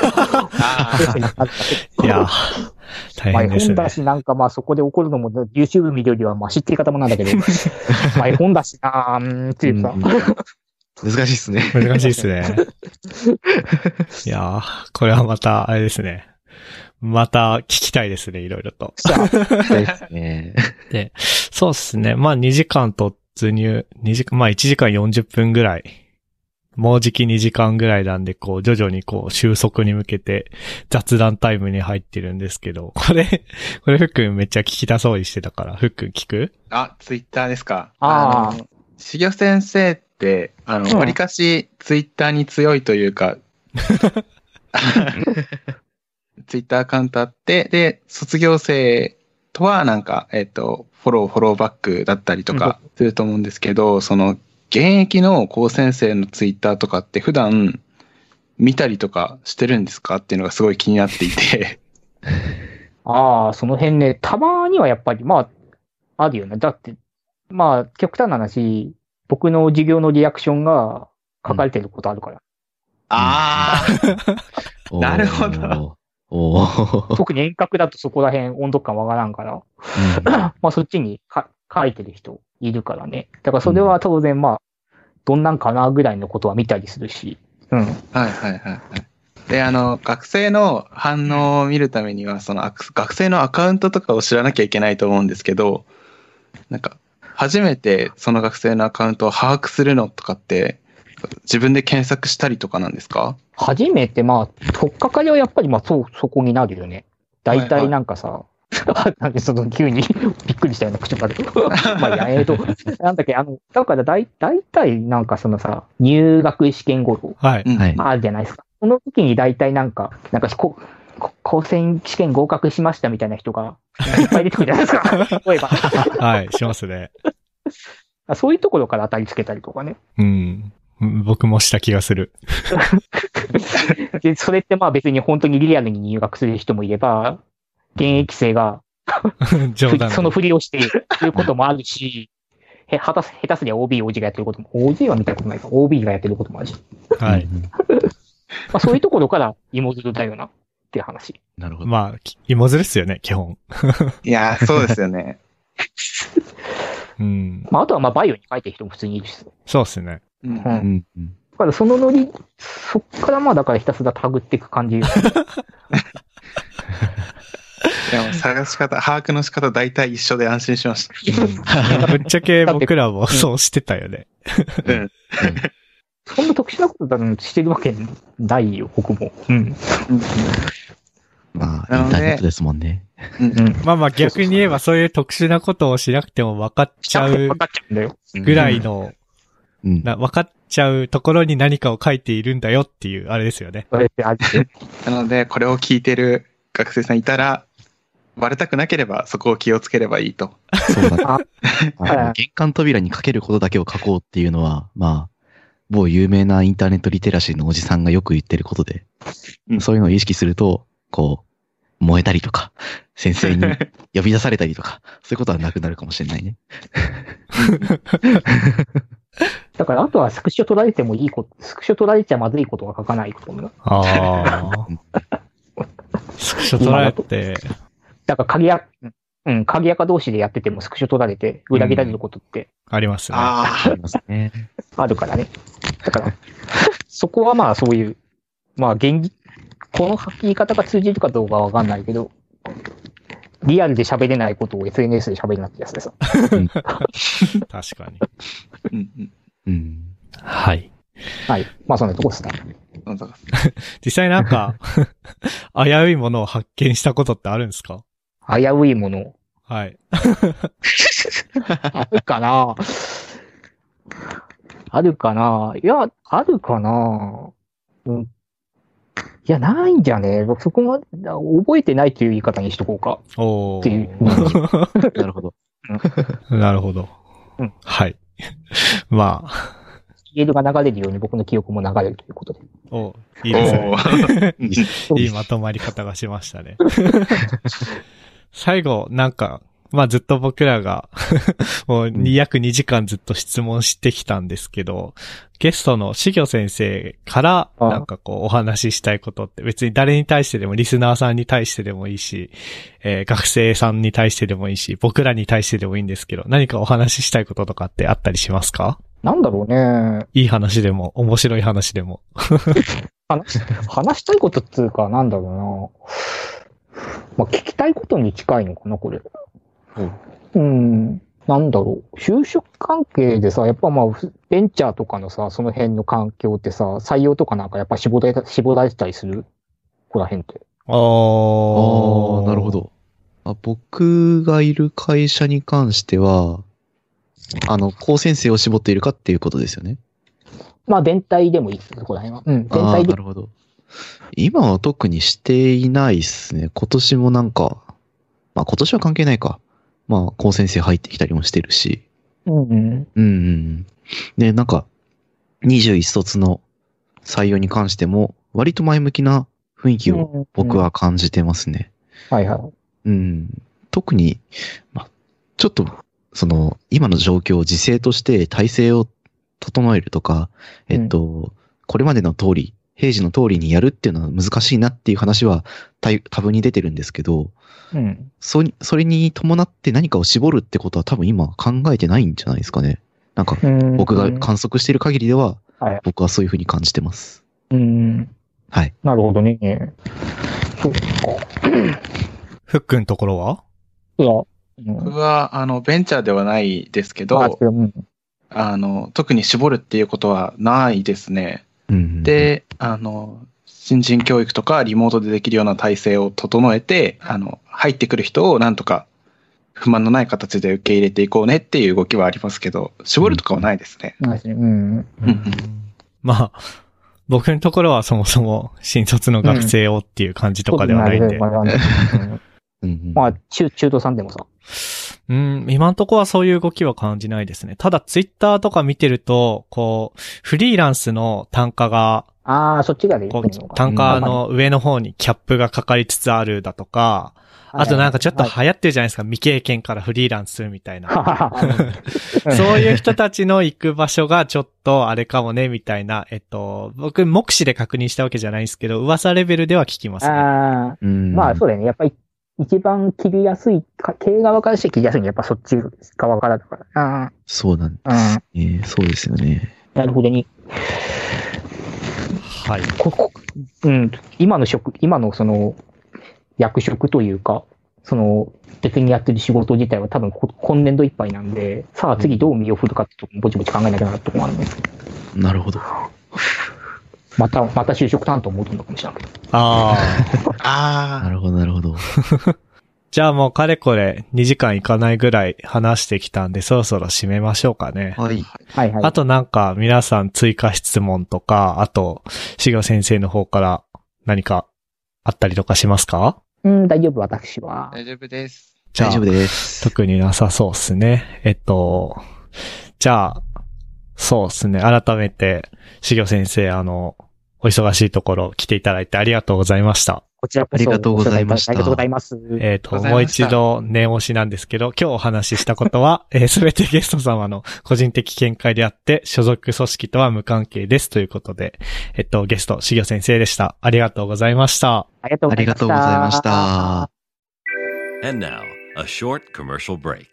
いや、大変ですね。 まあ、本だし、なんかまあそこで起こるのも YouTube 見るよりはまあ知ってる方もなんだけど、まあ本だしなーっていうか、うん。 難しいっすね。 難しいっすね。いやー、これはまた、あれですね。また聞きたいですね、いろいろと。 ですね。 で、そうですね。まあにじかん突入、にじかん、まあいちじかんよんじゅっぷんぐらい。もうじきにじかんぐらいなんで、こう、徐々にこう、収束に向けて雑談タイムに入ってるんですけど、これ、これふっくんめっちゃ聞きたそうにしてたから、ふっくん聞く？ あ、ツイッターですか。 ああ。 しぎょ先生って、あの、わりかしツイッターに強いというか、 ツイッターアカウントあって、で、卒業生とはなんか、えっと、フォロー、フォローバックだったりとかすると思うんですけど、その、現役の高専生のツイッターとかって普段見たりとかしてるんですかっていうのがすごい気になっていて。 ああ、その辺ね、たまにはやっぱり、まあ、あるよね。だって、まあ、極端な話、僕の授業のリアクションが書かれてることあるから。うん、 ああ、なるほど。 お特に遠隔だとそこら辺温度感わからんから、うん、まあそっちにか書いてる人いるからね。だからそれは当然まあ、どんなんかなぐらいのことは見たりするし。うん。はいはいはいはい。で、あの、学生の反応を見るためには、その学生のアカウントとかを知らなきゃいけないと思うんですけど、なんか、初めてその学生のアカウントを把握するのとかって、自分で検索したりとかなんですか？ 初めて、まあ、とっかかりはやっぱり、まあ、そう、そこになるよね。大体なんかさ、はいはい、なんでその急にびっくりしたような口がある。まあ、いや、えーと、なんだっけ、あの、だから大、大体なんかそのさ、入学試験頃、 はい。 あるじゃないですか。その時に大体なんか、なんか、こ高専試験合格しましたみたいな人がいっぱい出てくるじゃないですか。例えば。 はい、しますね。 そういうところから当たりつけたりとかね。 うん。僕もした気がする。 で、それってまあ別に本当にリアルに入学する人もいれば、現役生がそのふりをしているということもあるし、へ下手、下手すりゃ オービー、オージー がやってることも、オージー は見たことないか、オービー がやってることもあるし。 はい。 まあそういうところから芋づるだよなっていう話。 なるほど。 まあ、芋づるっすよね、基本。 いやー、そうですよね。 うん。 まああとはまあバイオに書いてる人も普通にいるし。 そうっすね。 うん。うん。だからそのノリ、そっからまあだからひたすらタグっていく感じ。いや、探し方、把握の仕方大体一緒で安心しました。 ぶっちゃけ僕らもそうしてたよね。 うん。 そんな特殊なことだとしてるわけないよ、僕も。うん。 まあ、インターネットですもんね。 うんうん、まあまあ逆に言えばそういう特殊なことをしなくても分かっちゃうぐらいの、うん、な分かっちゃうところに何かを書いているんだよっていうあれですよね。 なのでこれを聞いてる学生さんいたらバレたくなければそこを気をつければいいと。 そうだね。玄関扉に書けることだけを書こうっていうのは、まあ、某有名なインターネットリテラシーのおじさんがよく言ってることで、うん、そういうのを意識すると、こう、燃えたりとか、先生に呼び出されたりとか、そういうことはなくなるかもしれないね。 だから、あとはスクショ取られてもいいこと、スクショ取られちゃまずいことは書かないことも。 ああ。スクショ取られて。 だから、鍵や、うん、鍵やか同士でやっててもスクショ取られて裏切られることって。 うん、ありますね。 ああ、ありますね。 あるからね。だから、そこはまあそういう、まあ現実、この言い方が通じるかどうかはわかんないけど、リアルで喋れないことを エスエヌエス で喋るなってやつでさ。 確かに。 うんうんうん、はい。 はい。まあそんなとこですね。 実際なんか、危ういものを発見したことってあるんですか？ 危ういもの。 はい。 あるかなあるかないや、あるかなうん。いや、ないんじゃね僕そこまで、覚えてないという言い方にしとこうか。 おー。 っていう。 なるほど。 なるほど。 うん。 はい。まあ。 メールが流れるように僕の記憶も流れるということで。 おいいですね。いいまとまり方がしましたね。最後、なんか、まあずっと僕らが、もう約にじかんずっと質問してきたんですけど、ゲストのしぎょ先生から、なんかこうお話ししたいことって別に誰に対してでも、リスナーさんに対してでもいいし、えー、学生さんに対してでもいいし、僕らに対してでもいいんですけど、何かお話ししたいこととかってあったりしますか？ なんだろうね。 いい話でも、面白い話でも。 話、話したいことっていうか、なんだろうな。まあ、聞きたいことに近いのかな、これ。うん。うん、なんだろう。就職関係でさ、やっぱまあ、ベンチャーとかのさ、その辺の環境ってさ、採用とかなんかやっぱ絞られた、絞られたりするここら辺って。 あー。 あー、なるほど。あ、僕がいる会社に関しては、あの、高専生を絞っているかっていうことですよね。 まあ、全体でもいい、ここら辺は。うん、全体で。 なるほど。 今は特にしていないですね。今年もなんか、まあ今年は関係ないか。まあ、高先生入ってきたりもしてるし。 うんうん。うんうん。で、なんか、にじゅういっ卒の採用に関しても、割と前向きな雰囲気を僕は感じてますね。 うんうん、はいはい。 うん。特に、まあ、ちょっと、その、今の状況を自制として体制を整えるとか、えっと、うん、これまでの通り、平時の通りにやるっていうのは難しいなっていう話は多分に出てるんですけど、うん、そ, それに伴って何かを絞るってことは多分今考えてないんじゃないですかね。なんか僕が観測している限りでは、僕はそういうふうに感じてます。 うん、 はい。 なるほどね。 ふっくんのところはいや、僕はあのベンチャーではないですけど、あ、うん、あの特に絞るっていうことはないですね。うん、で、あの新人教育とかリモートでできるような体制を整えて、あの入ってくる人をなんとか不満のない形で受け入れていこうねっていう動きはありますけど、絞るとかはないですね。 ないですね。うん。 まあ、僕のところはそもそも新卒の学生をっていう感じとかではないんで。 うん、まあ、中、中途さんでもさ。 うん、今のところはそういう動きは感じないですね。ただツイッターとか見てると、こう、フリーランスの単価が、 ああ、そっちがでいいのか。 単価の上の方にキャップがかかりつつあるだとか、あとなんかちょっと流行ってるじゃないですか。未経験からフリーランスするみたいな。そういう人たちの行く場所がちょっとあれかもね、みたいな。えっと、僕、目視で確認したわけじゃないですけど、噂レベルでは聞きますね。 ああ、まあそうだよね。やっぱり一番切りやすい、経営側からして切りやすいのはやっぱそっち側からだから。あそうなんですね。そうですよね。 なるほどね。 はい。 ここ、うん、今の職、今のその、役職というか、その、別にやってる仕事自体は多分今年度いっぱいなんで、さあ次どう身を振るかってとこぼちぼち考えなきゃなってとこもあるんですけど。なるほど。 また、また就職担当戻るのかもしれないけど。 ああ。ああ。なるほど、なるほど。 じゃあもうかれこれにじかんいかないぐらい話してきたんで、そろそろ締めましょうかね。 はい。 はいはい。 あとなんか皆さん追加質問とか、あと、しげお先生の方から何かあったりとかしますか？ うん、大丈夫、私は。 大丈夫です。 じゃあ、 大丈夫です。 特になさそうですね。えっと、じゃあ、そうですね。改めて、しげお先生、あの、お忙しいところ来ていただいてありがとうございました。 こちらこそありがとうございました。 ありがとうございます。 えっと、もう一度念押しなんですけど、今日お話ししたことは、えー、すべてゲスト様の個人的見解であって、所属組織とは無関係ですということで、えっと、ゲスト、しげお先生でした。ありがとうございました。 ありがとうございました。 ありがとうございました。 And now, a short commercial break.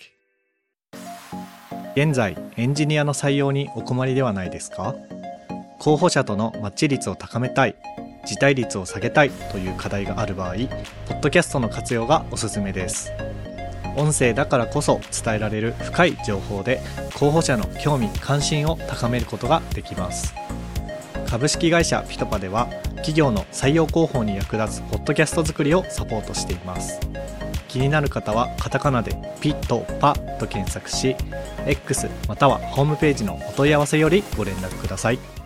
現在、エンジニアの採用にお困りではないですか？候補者とのマッチ率を高めたい、辞退率を下げたいという課題がある場合、ポッドキャストの活用がおすすめです。音声だからこそ伝えられる深い情報で、候補者の興味関心を高めることができます。株式会社ピトパでは、企業の採用広報に役立つポッドキャスト作りをサポートしています。気になる方はカタカナでピトパと検索し、X またはホームページのお問い合わせよりご連絡ください。